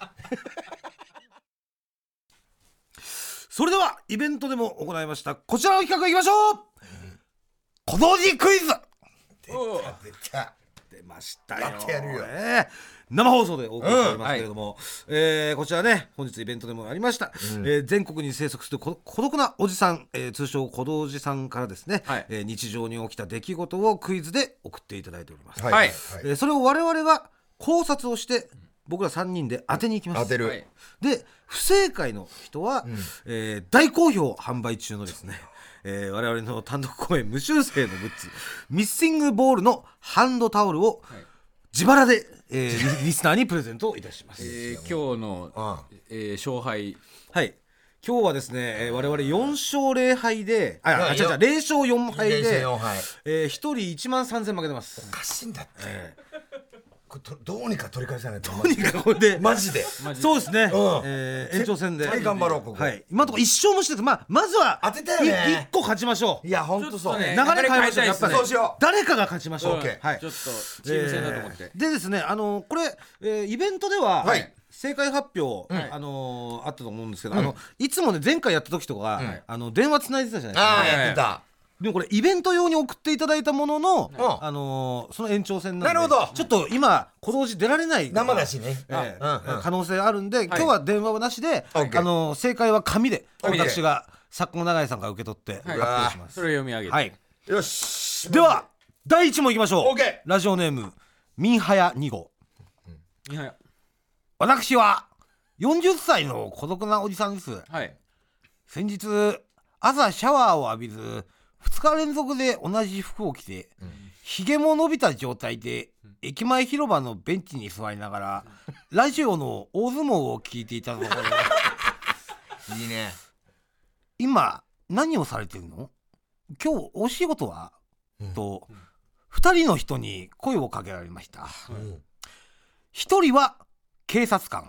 それではイベントでも行いましたこちらの企画いきましょう、うん、小道寺クイズ。 出た出た出ましたよ。 やってやるよ、 ね、生放送でお送りしておりますけれども、うん、はい、えー、こちらね本日イベントでもありました、うん、えー、全国に生息する孤独なおじさん、えー、通称小道寺さんからですね、はい、えー、日常に起きた出来事をクイズで送っていただいております、はい、えー、それを我々が考察をして僕らさんにんで当てに行きます。 当てる。 で不正解の人は、うん、えー、大好評販売中のですねえー、我々の単独公演無修正のグッズミッシングボールのハンドタオルを自腹で、えー、リスナーにプレゼントいたします、 えー、今日の、ああ、えー、勝敗、 はい、今日はですね、えー、我々よんしょうぜろはいでああ違う違うぜろしょうよんはいで、えー、ひとりいちまんさんぜん負けてます。 おかしいんだって、えーどうにか取り返さないと。 どうにかこれでマジでそうですね、うん、えー、延長戦で頑張ろうここ、 はい、今のところ一勝もしてて、まあ、まずは当てたよね、 いっこ勝ちましょう。 いや本当そう、 ね、流れ変えましょう。やっぱり、ね、 そうしよう。 誰かが勝ちましょう、 うん、はい、ちょっとチーム戦だと思って、 えー、でですね、あのー、これ、えー、イベントでは、はい、正解発表、うん、あのー、あったと思うんですけど、うん、あのいつもね前回やった時とか、うん、あの電話つないでたじゃないですか。 あーやってた。 でもこれイベント用に送っていただいたものの、うん、あのー、その延長戦なんで、 なるほど、 ちょっと今小道寺出られない生だしね、 えーうんうん、可能性あるんで、はい、今日は電話はなしで、あのー、正解は紙で私が作家の永井さんから受け取って発表します。 それを読み上げて、 はい、 よし。 ではだいいち問いきましょう。 OK。 ラジオネームミンハヤに号、 ミンハヤ、 私はよんじゅっさいの孤独なおじさんです、 はい、 先日朝シャワーを浴びずふつか連続で同じ服を着て、うん、ひげも伸びた状態で、うん、駅前広場のベンチに座りながら、うん、ラジオの大相撲を聞いていたところいいね。 今何をされてるの？今日お仕事は？うん、と、うん、ふたりの人に声をかけられました、うん、ひとりは警察官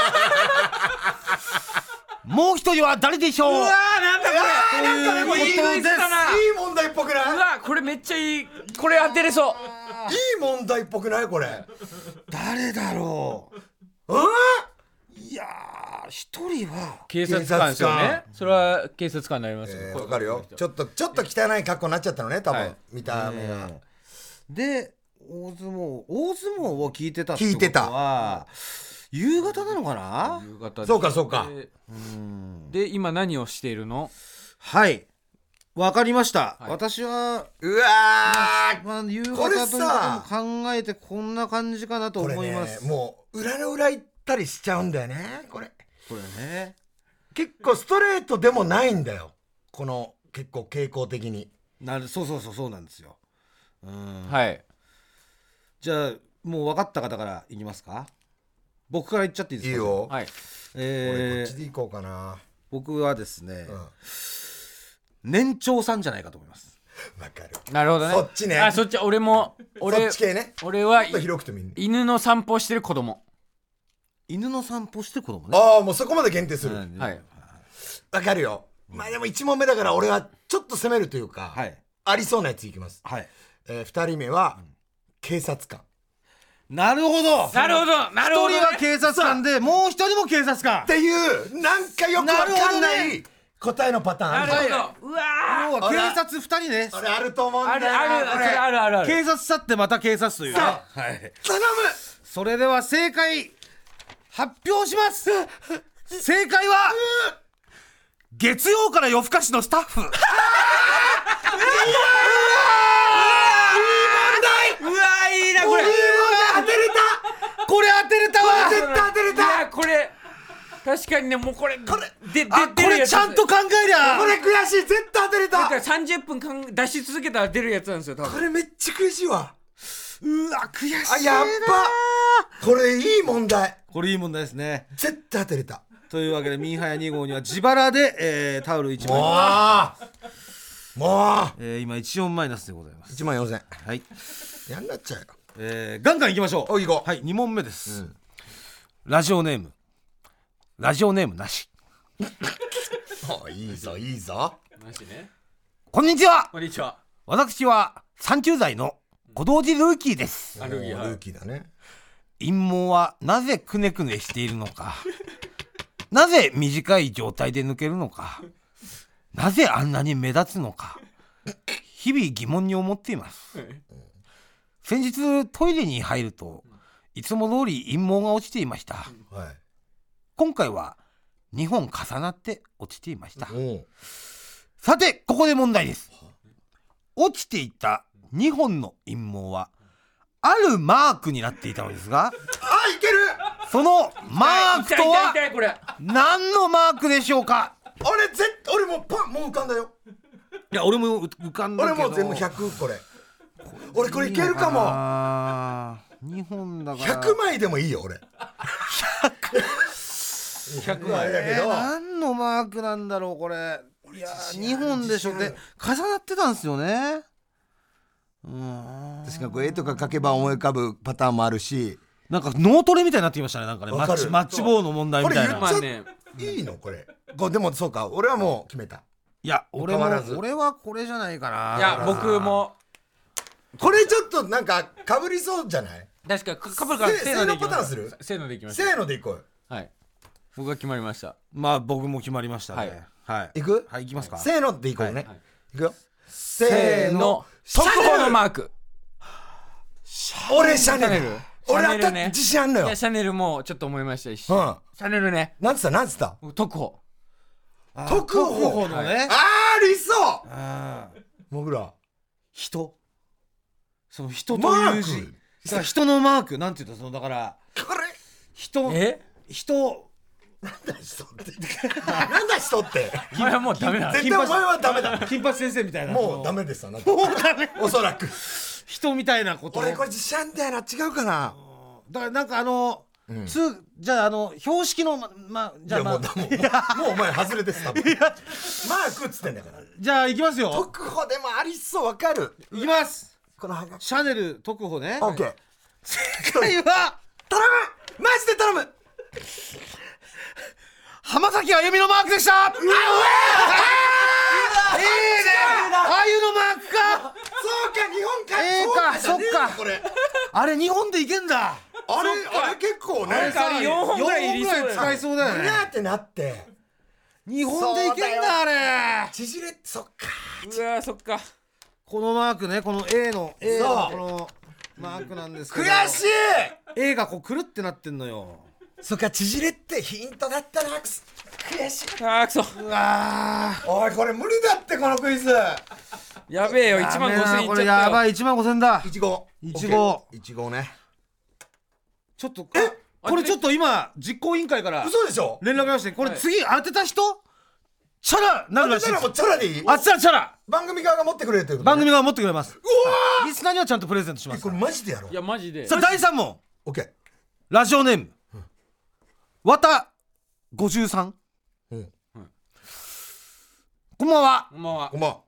もう一人は誰でしょう？うわーなんだこれ、 なんかね、いい問題いい問題っぽくない？ うわこれめっちゃいい、これ当てれそう。 いい問題っぽくないこれ？ 誰だろう？ うんいやー一人は警察官ですよね。それは警察官になりますよ。 えー、わかるよ。ちょっとちょっと汚い格好になっちゃったのね多分、はい、見た目が、 で大相撲大相撲を聞いてたってことは夕方なのかな。 夕方でそうかそうか。 うんで今何をしているの。 はいわかりました、 はい、 私はうわー、 まあ、夕方ということも考えてこんな感じかなと思います。 これ、ね、もう裏の裏行ったりしちゃうんだよねこれこれね結構ストレートでもないんだよこの結構傾向的になる。そうそうそうそうなんですよ。うんはいじゃあもう分かった方からいきますか。僕から言っちゃっていいですか。 いいよ、 はい、 えー、 俺こっちでいこうかな。 僕はですね、 うん年長さんじゃないかと思います。 わかる。 なるほどね。 そっちね。 あそっち俺も俺そっち系ね。 俺はちょっと広くてもいいね。 犬の散歩してる子供。 犬の散歩してる子供ね。 ああもうそこまで限定する。 うんはいわかるよ。まあでもいち問目だから俺はちょっと攻めるというか、 はいありそうなやついきます。 はい。 えー、ふたりめは警察官。 なるほどなるほどなるほど、ね、 一人は警察官でもう一人も警察官っていうなんかよくわかんない答えのパターンある。 なるほど。うわ要は警察ふたりね。 あれあると思うんだあよな。 るあるこれあるあるあるある。 警察去ってまた警察というね。 そうはい。 頼む。 それでは正解発表します。正解は月曜から夜更かしのスタッフ。 うわいいなこれ。 当てれた。 これ当てれたわ。 絶対当てれいた。 やこれ確かにねもうこれこれでであこれちゃんと考えりゃこれ悔しい。絶対当てれた。 だからさんじゅっぷんかん出し続けたら出るやつなんですよ多分。 これめっちゃ悔しいわ。 うわ悔しいな。 あやっぱこれいい問題。 これいい問題ですね。 絶対当てれた。 というわけでミーハヤに号には自腹で、えー、タオルいちまい、 もうもうえー、今いちよんマイナスでございます。 いちまんよんせん。 はい、 やんなっちゃうよ。 えー、ガンガンいきましょう。 おいこう。 はいに問目です、 うん、 ラジオネームラジオネームなし。 おいいぞいいぞ。 マジね。 こんにちは。 こんにちは。 私はさんじゅう代の小道寺ルーキーです。 あルーキー、はい、 ルーキーだね。 陰謀はなぜくねくねしているのかなぜ短い状態で抜けるのかなぜあんなに目立つのか日々疑問に思っています。先日トイレに入るといつも通り陰謀が落ちていました、 はい、 今回はにほん重なって落ちていました。 うん、 さてここで問題です。落ちていたにほんの陰謀はあるマークになっていたのですが、 あいける。 そのマークとは痛い痛い痛いこれ。 何のマークでしょうか。 俺ぜ俺もうパンもう浮かんだよ。 いや俺も浮かんだけど俺もう全部ひゃくこれ俺これいけるかも。 にほんだからひゃくまいでもいいよ俺。ひゃくまいだけど、 えー、何のマークなんだろうこれ。いやにほんでしょって重なってたんですよね。うん確かにこう絵とか描けば思い浮かぶパターンもあるし、 なんか脳トレみたいになってきましたね。なんかねマッチマッチ棒の問題みたいな。 これ言っちゃ、 ね、 いいのこれ。これでもそうか俺はもう決めた。 いや俺も俺はこれじゃないかな。 いや僕もこれちょっとなんかかぶりそうじゃない。 確かかぶるからせーのパターンする。 せーのでいきましょう。 せーのでいこうよ。 はい僕が決まりました。 まあ僕も決まりましたね。はい、はい、 いくはい、いきますか。 せーのでいこうね、はいはい、いくよ。 せーの特報のマーク。 俺シャネル。俺シャネルね、 自信あんのよ。 いやシャネルもちょっと思いましたし、 うん、 シャネルね。 なんつったなんつった特報。 特報のね。 あー理想。 あもぐら人、その人という字、だから人のマークなんて言ったそのだからこれ人え人なんだ人ってなんだ人ってお前はもうダメだ。 絶対お前はダメだ。 金八先生みたいな。 もうダメですあなた。もうダメおそらく人みたいなこと。 俺これ自信あんだよな。違うかな。 だからなんかあの、うん、つじゃああの標識のま、まじゃあ、まあ、 もうもうもうお前外れです多分。マークっつってんだから。 じゃあ行きますよ。 特報でもありそうわかる。 行きます。 このシャネル特報ね。 オッケー。 正解は頼むマジで頼む。 浜崎あゆみのマークでした。あうわいいね。ああいうのマークか。 そうか日本か。 ええかそっか。 これあれ日本でいけんだ。 あれあれ結構ね。 あれよんほんぐらいいりそうだ。 使いそうだよね。 うわーってなって日本でいけんだあれ。 縮れそっか。 うわそっか。 このマークねこの A の A のこのマークなんですけど悔しい。 映画こうくるってなってんのよ。 そっか、縮れってヒントだったな。くす悔しい。 あーくそ。 うわおいこれ無理だってこのクイズ。 やべえよ、いちまんごせんいっちゃったよ。 これやばい、いちまんごせんだ。 いちごいちごいちごね。 ちょっとえこれちょっと今実行委員会から嘘でしょ。 連絡がまして、これはい次当てた人チャラなるらしいです。 当てたらもうチャラでいい。 あっちらチャラ番組側が持ってくれるということね。 番組が持ってくれます。 うわリスナーにはちゃんとプレゼントしまーすこれマジでやろう。 いやマジで。 さあだいさん問、 オッケー。 ラジオネームわたごじゅうさん、 うんこんばんは。 こんばんはこんばんは。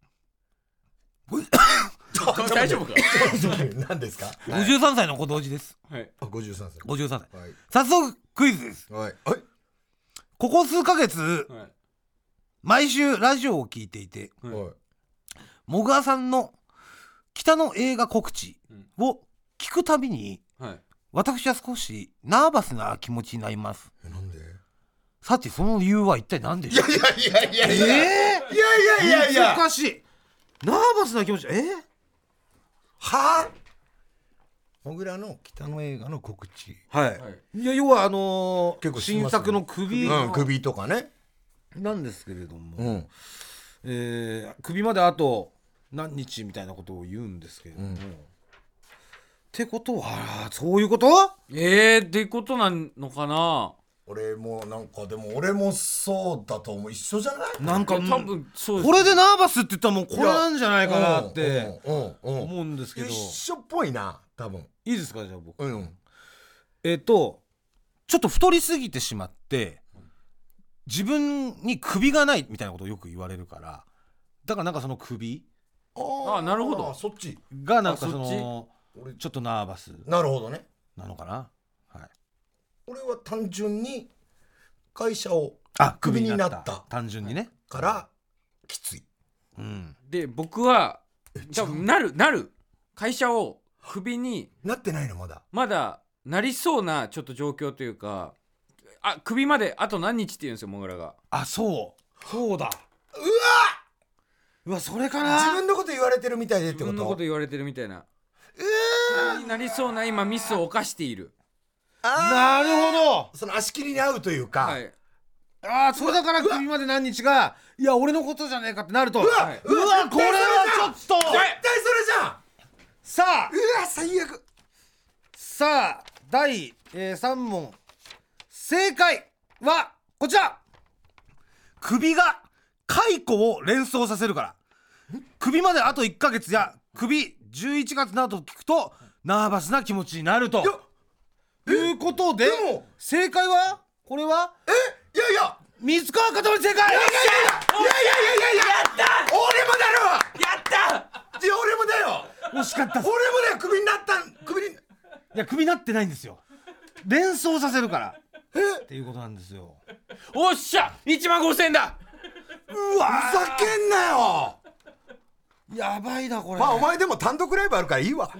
大丈夫か。 何ですか。 ごじゅうさんさいの小同時です。 はいあ、ごじゅうさんさい。 ごじゅうさんさい。 はい早速クイズです。 はいはい。 ここ数ヶ月はい毎週ラジオを聞いていて、 はいはい。 もぐあさんの北の映画告知を聞くたびにはい。 私は少しナーバスな気持ちになります。 え、なんで。 さてその理由は一体何でいしょう。 やいやいやいやいや。 えいやいやいやいや。 難しい。ナーバスな気持ち、えー、 はあ。もぐらの北の映画の告知。 はい、 はい。 いや要はあのー結構しますね新作の首うん、首とかね。 なんですけれども、 うん。 えー首まであと何日みたいなことを言うんですけれども、 うんってことはそういうこと。 えー、ってことなのかな。 俺もなんかでも俺もそうだと思う。一緒じゃない。 なんかいや多分そうです。 これでナーバスって言ったらもうこれなんじゃないかなってうんうんうん思うんですけど、 一緒っぽいな多分。 いいですかじゃあ僕、 うん。 えっとちょっと太りすぎてしまって自分に首がないみたいなことをよく言われるから、だからなんかその首ああなるほどそっち。 がなんかそあその俺ちょっとナーバスなるほどね。 なのかな。はい。 俺は単純に会社をあ、 クビになっクビた単純にね。 からきつい。 うん。 で僕は多違う分なるなる会社をクビになってないのまだ。 まだなりそうなちょっと状況というか、あクビまであと何日って言うんですよもぐらが。 あ、そうそうだ。 うわうわ、それかな。 自分のこと言われてるみたいでって自こと。 分のこと言われてるみたいな。 うクビになりそうな今ミスを犯している。 なるほその足切りに合うというか。 はい。 ど。ああ、それだから首まで何日がいや俺のことじゃねえかってなると。ううわ、 はいうわ、これはちょっと。 絶対それじゃん。 さあうわ最悪。 さあだいさん問、正解はこちら。首が解雇を連想させるから。首まであといっかげつや首じゅういちがつなどと聞くとナーバスな気持ちになるということで、 でも正解はこれはえいやいや水川かたまり正解。 いやいやいやいやいややった俺もだろ。 やったいや俺もだよ。 惜しかったっす。 俺もだよ。クビになったクビに。 いや首になってないんですよ。連想させるからえっていうことなんですよ。 おっしゃいちまんごせんだ。 うわふざけんなよ。 やばいなこれ。 まあお前でも単独ライブあるからいいわ。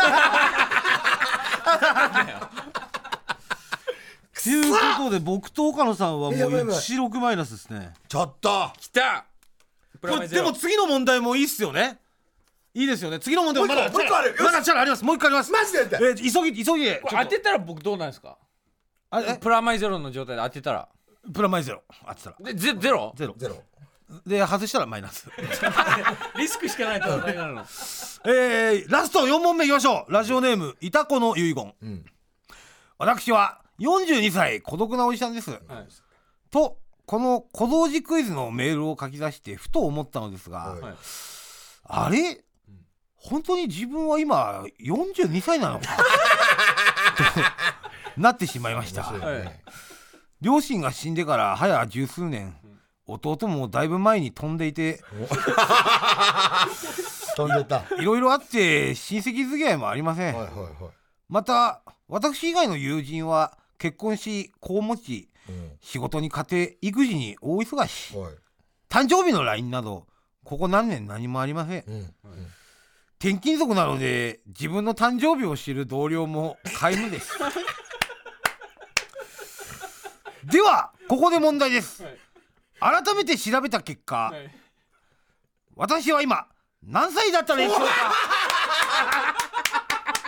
ということで僕と岡野さんはもうやばいやばいいちろくマイナスですね。 ちょっときた。プラこマイゼロれでも次の問題もいいっすよね。いいですよね。次の問題もまだもう一個もう一個あるよしまだチャラあります。もう一回あります。 マジでやりたい。 えー、急ぎ急ぎ。 これ当てたら僕どうなんですか。 あえプラマイゼロの状態で当てたらプラマイゼロ当てたらでゼゼロゼロゼロ。 で外したらマイナス。 リスクしかないとダメなの。 えー、ラストよん問目いきましょう。ラジオネームいたこの遺言、 うん。 私はよんじゅうにさい孤独なおじさんです、 はいとこの小道寺クイズのメールを書き出してふと思ったのですが、 はいはいあれ本当に自分は今よんじゅうにさいなのかとなってしまいました。 面白いねはい両親が死んでから早十数年、弟もだいぶ前に飛んでいて飛んでた。はいいろいろあって親戚付き合いもありません、 はいはい。 また私以外の友人は結婚し子を持ちうん仕事に家庭育児に大忙し、 はい。 誕生日の ライン などここ何年何もありません。 うん。 転勤族なので自分の誕生日を知る同僚も皆無ですではここで問題です、 はい、 改めて調べた結果、 はい、 私は今何歳だったでしょうか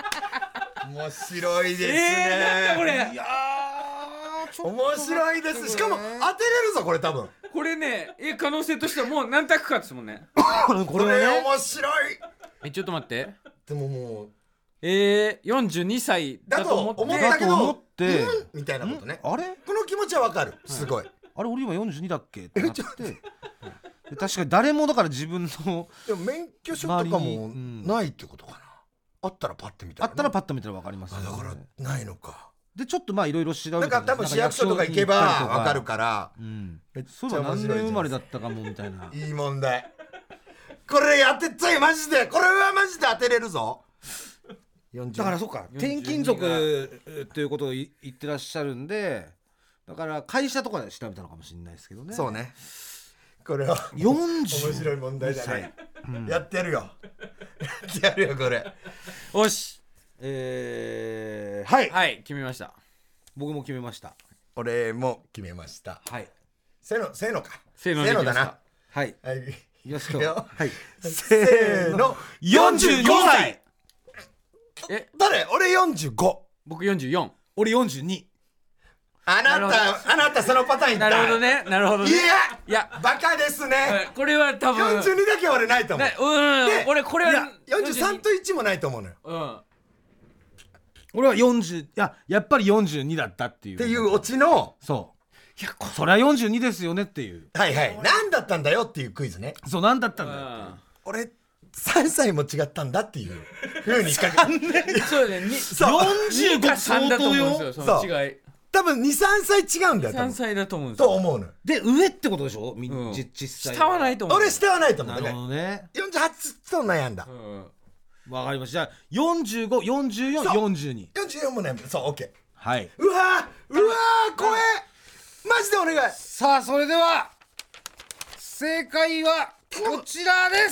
面白いですね、 えー、なんだこれ。 いやー面白いです。しかも当てれるぞこれ多分。 これね、え可能性としてはもう何択かですもんね。 これこれね面白い。 えちょっと待って。 でももうえー、よんじゅうにさいだと思ってだと思ったけど、 だと思ってうんみたいなことね。 あれこの気持ちはわかる。すごい。 あれ俺今よんじゅうにだっけってなってで確かに誰もだから自分のでも免許証とかもないってことかな。あったらパッて見たら、ね、 あったらパッと見たら分かりますよね。だからないのか。 でちょっとまあいろいろ調べて、 なんか多分市役所とか行けばわかるから、 うん、 めっちゃそういえば何年生まれだったかもみたいな。 いい問題。これ当てちゃいマジで。これはマジで当てれるぞ。 だからそうか転勤族っていうことを言ってらっしゃるんで、だから会社とかで調べたのかもしれないですけどね。 そうね。これはよんじゅう面白い問題だね、うん、やってやるよやってやるよこれ。 よし、 えー、はいはい決めました。 僕も決めました。 俺も決めました。 はい。 せーのせーのかせーのせーのだな。 はい。 はい。 よしよ。はい。 せーのよんじゅうごさい。 え誰？俺よんじゅうご。 僕よんじゅうよん。 俺よんじゅうに。 あなたあなたそのパターンいった。 なるほどねなるほどね。 いやいやバカですね。 これは多分よんじゅうにだけ俺ないと思う。 うん俺これはよんじゅうさんといちもないと思うのよ。 うん俺はよんじゅういややっぱりよんじゅうにだったっていうっていうオチの、 そういやそれはよんじゅうにですよねっていう、 はいはい何だったんだよっていうクイズね。 そう何だったんだよっていう、 俺さんさいも違ったんだっていう風に引っ掛けそうだねよんじゅうご相当よ。 その違い多分にさんさい違うんだよ。 さんさいだと思うんですよ。 と思うのよ。 で上ってことでしょ、うん、実際下はないと思う。 俺下はないと思う。 なるほどね。 よんじゅうはちと悩んだ。 わかりました。じゃあよんじゅうご、よんじゅうよん、よんじゅうに。 よんじゅうよんもね、そう、オッケー。 はい。 うわー、うわー、怖え。マジでお願い。 さあそれでは正解はこちらです。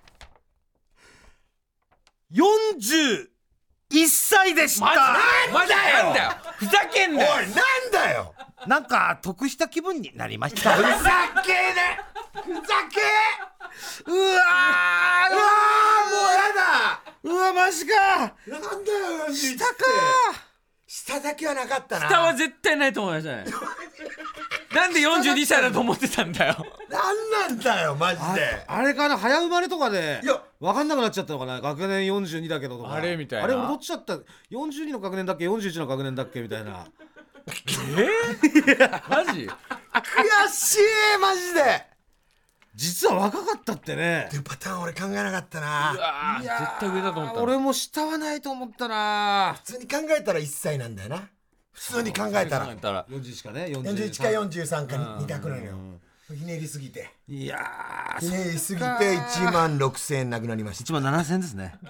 よんじゅういっさいでした。 マジなんだよ。ふざけんなよ。 おい、なんだよ。 なんか得した気分になりました。 ふざけね。ふざけ。 うわー、うわー、もうやだ。 うわマジか。 なんだよ。 下か。 下だけはなかったな。 下は絶対ないと思いましたね。なんでよんじゅうにさいだと思ってたんだよ。 なんなんだよマジで。 あれかな、早生まれとかでいや分かんなくなっちゃったのかな。学年よんじゅうにだけどとかあれみたいな。 あれ俺どっちだった、よんじゅうにの学年だっけよんじゅういちの学年だっけみたいな。 えー、マジ悔しいマジで。 実は若かったってね。 っていうパターン俺考えなかったな。 うわ絶対上だと思った。 俺も下はないと思ったな。 普通に考えたらいっさいなんだよな。普通に考えたらよんじゅういちかね、 よんじゅういちかよんじゅうさんかに択なのよ。ひねりすぎて、 いやーひねりすぎていちまんろくせんえんなくなりました。 いちまんななせんえんですね。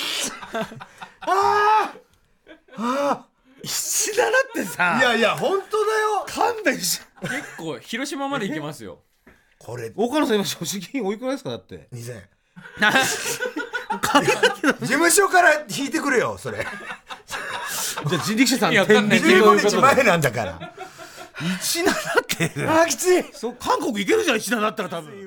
あああいちななってさ、 いやいや本当だよ。 勘弁し。 結構広島まで行けますよ。 これ岡野さん今所持金おいくらですか。だってにせんえん。 事務所から引いてくれよそれ。 じゃあ人力車さんいやわかんないじゅうごにちまえなんだから。 いちななってあーきつい。 そう韓国行けるじゃんいちななだったら多分。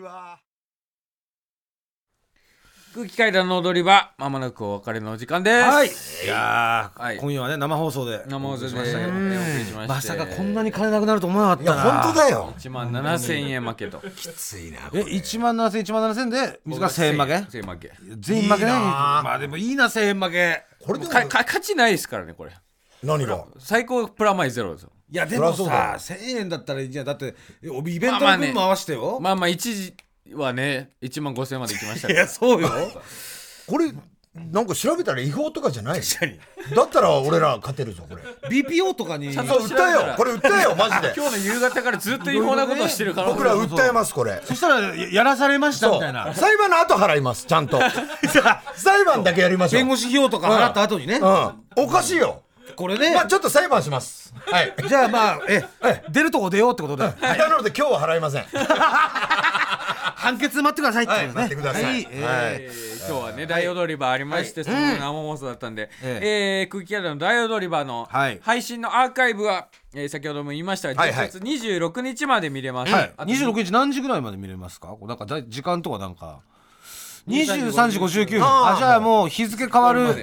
空気階段の踊り場まもなくお別れのお時間です。 はい。いやー、 はい、 今夜はね生放送で生放送でお送りしました。 まさかこんなに金なくなると思わなかったな。 いや本当だよ。 いちまんななせんえん負けと。 きついな。 えいちまんななせん、いちまんななせんで水がせんえん負け。 せんえん負け。 全員負けね。 いいなまあでもいいなせんえん負け。 これでもかか勝ちないですからねこれ。 何が最高プラマイゼロですよ。 いやでもそりゃさせんえんだったらいいじゃん。だってイベントの分も合わせてよ。 まあまあ一時はねいちまんごせんえんまで行きましたから。 いやそうよ。 これなんか調べたら違法とかじゃない。だったら俺ら勝てるぞこれ。 ビーピーオー とかにちゃんそう訴えよう。これ訴えようマジで。 今日の夕方からずっと違法なことしてるから僕ら訴えますこれ。 そしたらやらされましたみたいな。 裁判の後払いますちゃんと。裁判だけやりましょう。 弁護士費用とか払った後にね。 うんおかしいよこれね。 まあちょっと裁判します。はいじゃあまあえ出るとこ出ようってことでなので今日は払いません。 判決待ってくださいってことね。 はい待ってくださいはいはいえー今日はね大踊り場ありまして、その生放送だったんで、 ええー空気階段の大踊り場のはい配信のアーカイブは、えー先ほども言いましたがはいはいじゅうがつにじゅうろくにちまで見れます。 はいあとにじゅうろくにち何時ぐらいまで見れますか。こうなんかだ時間とかなんかにじゅうさんじごじゅうきゅうふん。 あーあじゃあもう日付変わる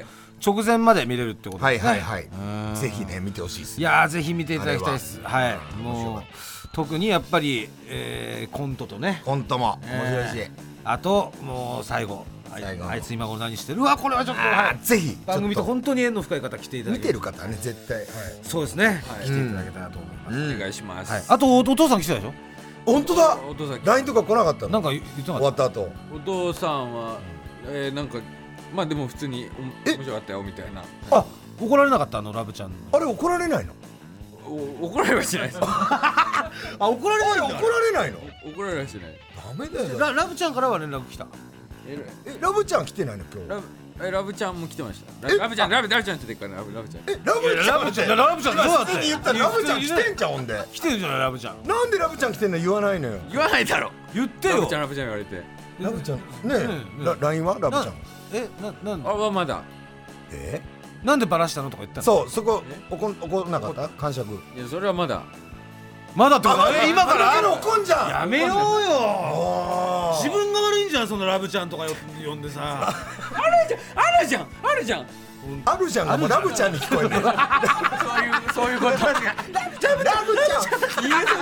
直前まで見れるってことですね。 はいはいはい、ぜひね見てほしいです。 いやーぜひ見ていただきたいです。はい、もう特にやっぱり、えー、コントとね、 コントも面白いし、 えー、あともう最後最後あいつ今頃何してる、うわこれはちょっと、はい、 ぜひ番組と本当に縁の深い方来ていただ見けてる方はね絶対、はい、 そうですね、はい、来ていただけたらと思います、 うん、お願いします、 はい、あと お, お父さん来てたでしょ。 本当だ。 お父さんライン とか来なかったの。 なんか言ってなかった。 終わった後お父さんは、えー、なんかまあでも普通に面白かったよみたいな。 あ、怒られなかった、あのラブちゃん。 あれ怒られないの。 お怒られはしないです。 あ、怒られないんだ。 怒られないの。 怒られはしない。 ダメだよ。 ラ, ラブちゃんからは連絡来た。 えラブちゃん来てないの今日。 ラブえラブちゃんも来てました。ラブちゃんラブラブちゃんって言ってからラブラブちゃん。 えラブちゃんラブちゃんラブちゃんどうやって。 言ったらラブちゃん来てんじゃん。ほんで来てるじゃないラブちゃん。 なんでラブちゃん来てんの言わないのよ。 言わないだろ。 言ってよ。 ラブちゃんラブちゃん言われて。 ラブちゃんねえ。ラインはラブちゃん。 えななんあまだ。 えなんでバラしたのとか言ったの。 そうそこ怒怒んなかった感触。 いやそれはまだ。 まだってこと。今から怒んじゃん。 やめようよ。自分が悪いんじゃんそのラブちゃんとか呼んでさ。 あるじゃんあるじゃんあるじゃんあるじゃんがもうラブちゃんに聞こえる。 そういうそういうこと。ラブちゃんラブちゃん言い踏んでるわけじゃないよ。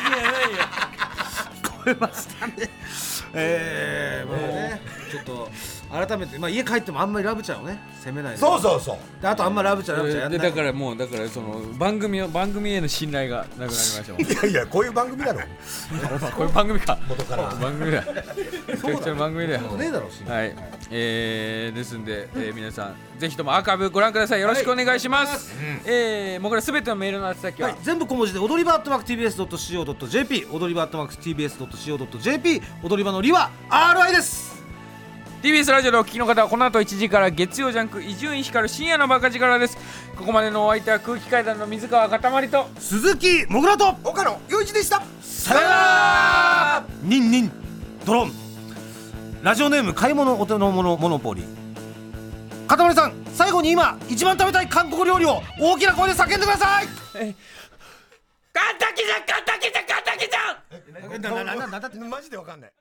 聞こえましたね。ええもうねちょっと改めてまあ家帰ってもあんまりラブちゃんをね責めないで。 そうそうそう。 であとあんまりラブちゃんラブちゃんやんない。 だからもうだからその番組を番組への信頼がなくなりましたもん。 いやいやこういう番組だろ。 こういう番組か。 元から番組だ。めちゃくちゃ番組だよ。 ねえだろう。 はい。えー、ですんで、えー、皆さんぜひともアーカイブご覧ください。よろしくお願いします。はい、えー、もうこれすべてのメールの宛先は、はい、 全部小文字で踊り場アットマーク ティービーエスドットシーオードットジェーピー 踊り場アットマーク ティービーエスドットシーオードットジェーピー 踊り場のりは アールアイ です。 ティービーエス ラジオでお聞きの方はこの後いちじから月曜ジャンク伊集院光る深夜のバカ力です。ここまでのお相手は空気階段の水川かたまりと鈴木もぐらと岡野陽一でした。 さよなら。ニンニンドロン。ラジオネーム買い物お手の物モノポリ。かたまりさん最後に今一番食べたい韓国料理を大きな声で叫んでください。 えカンタキじゃんカンタキじゃんカンタキじゃん。 えなななななマジでわかんない。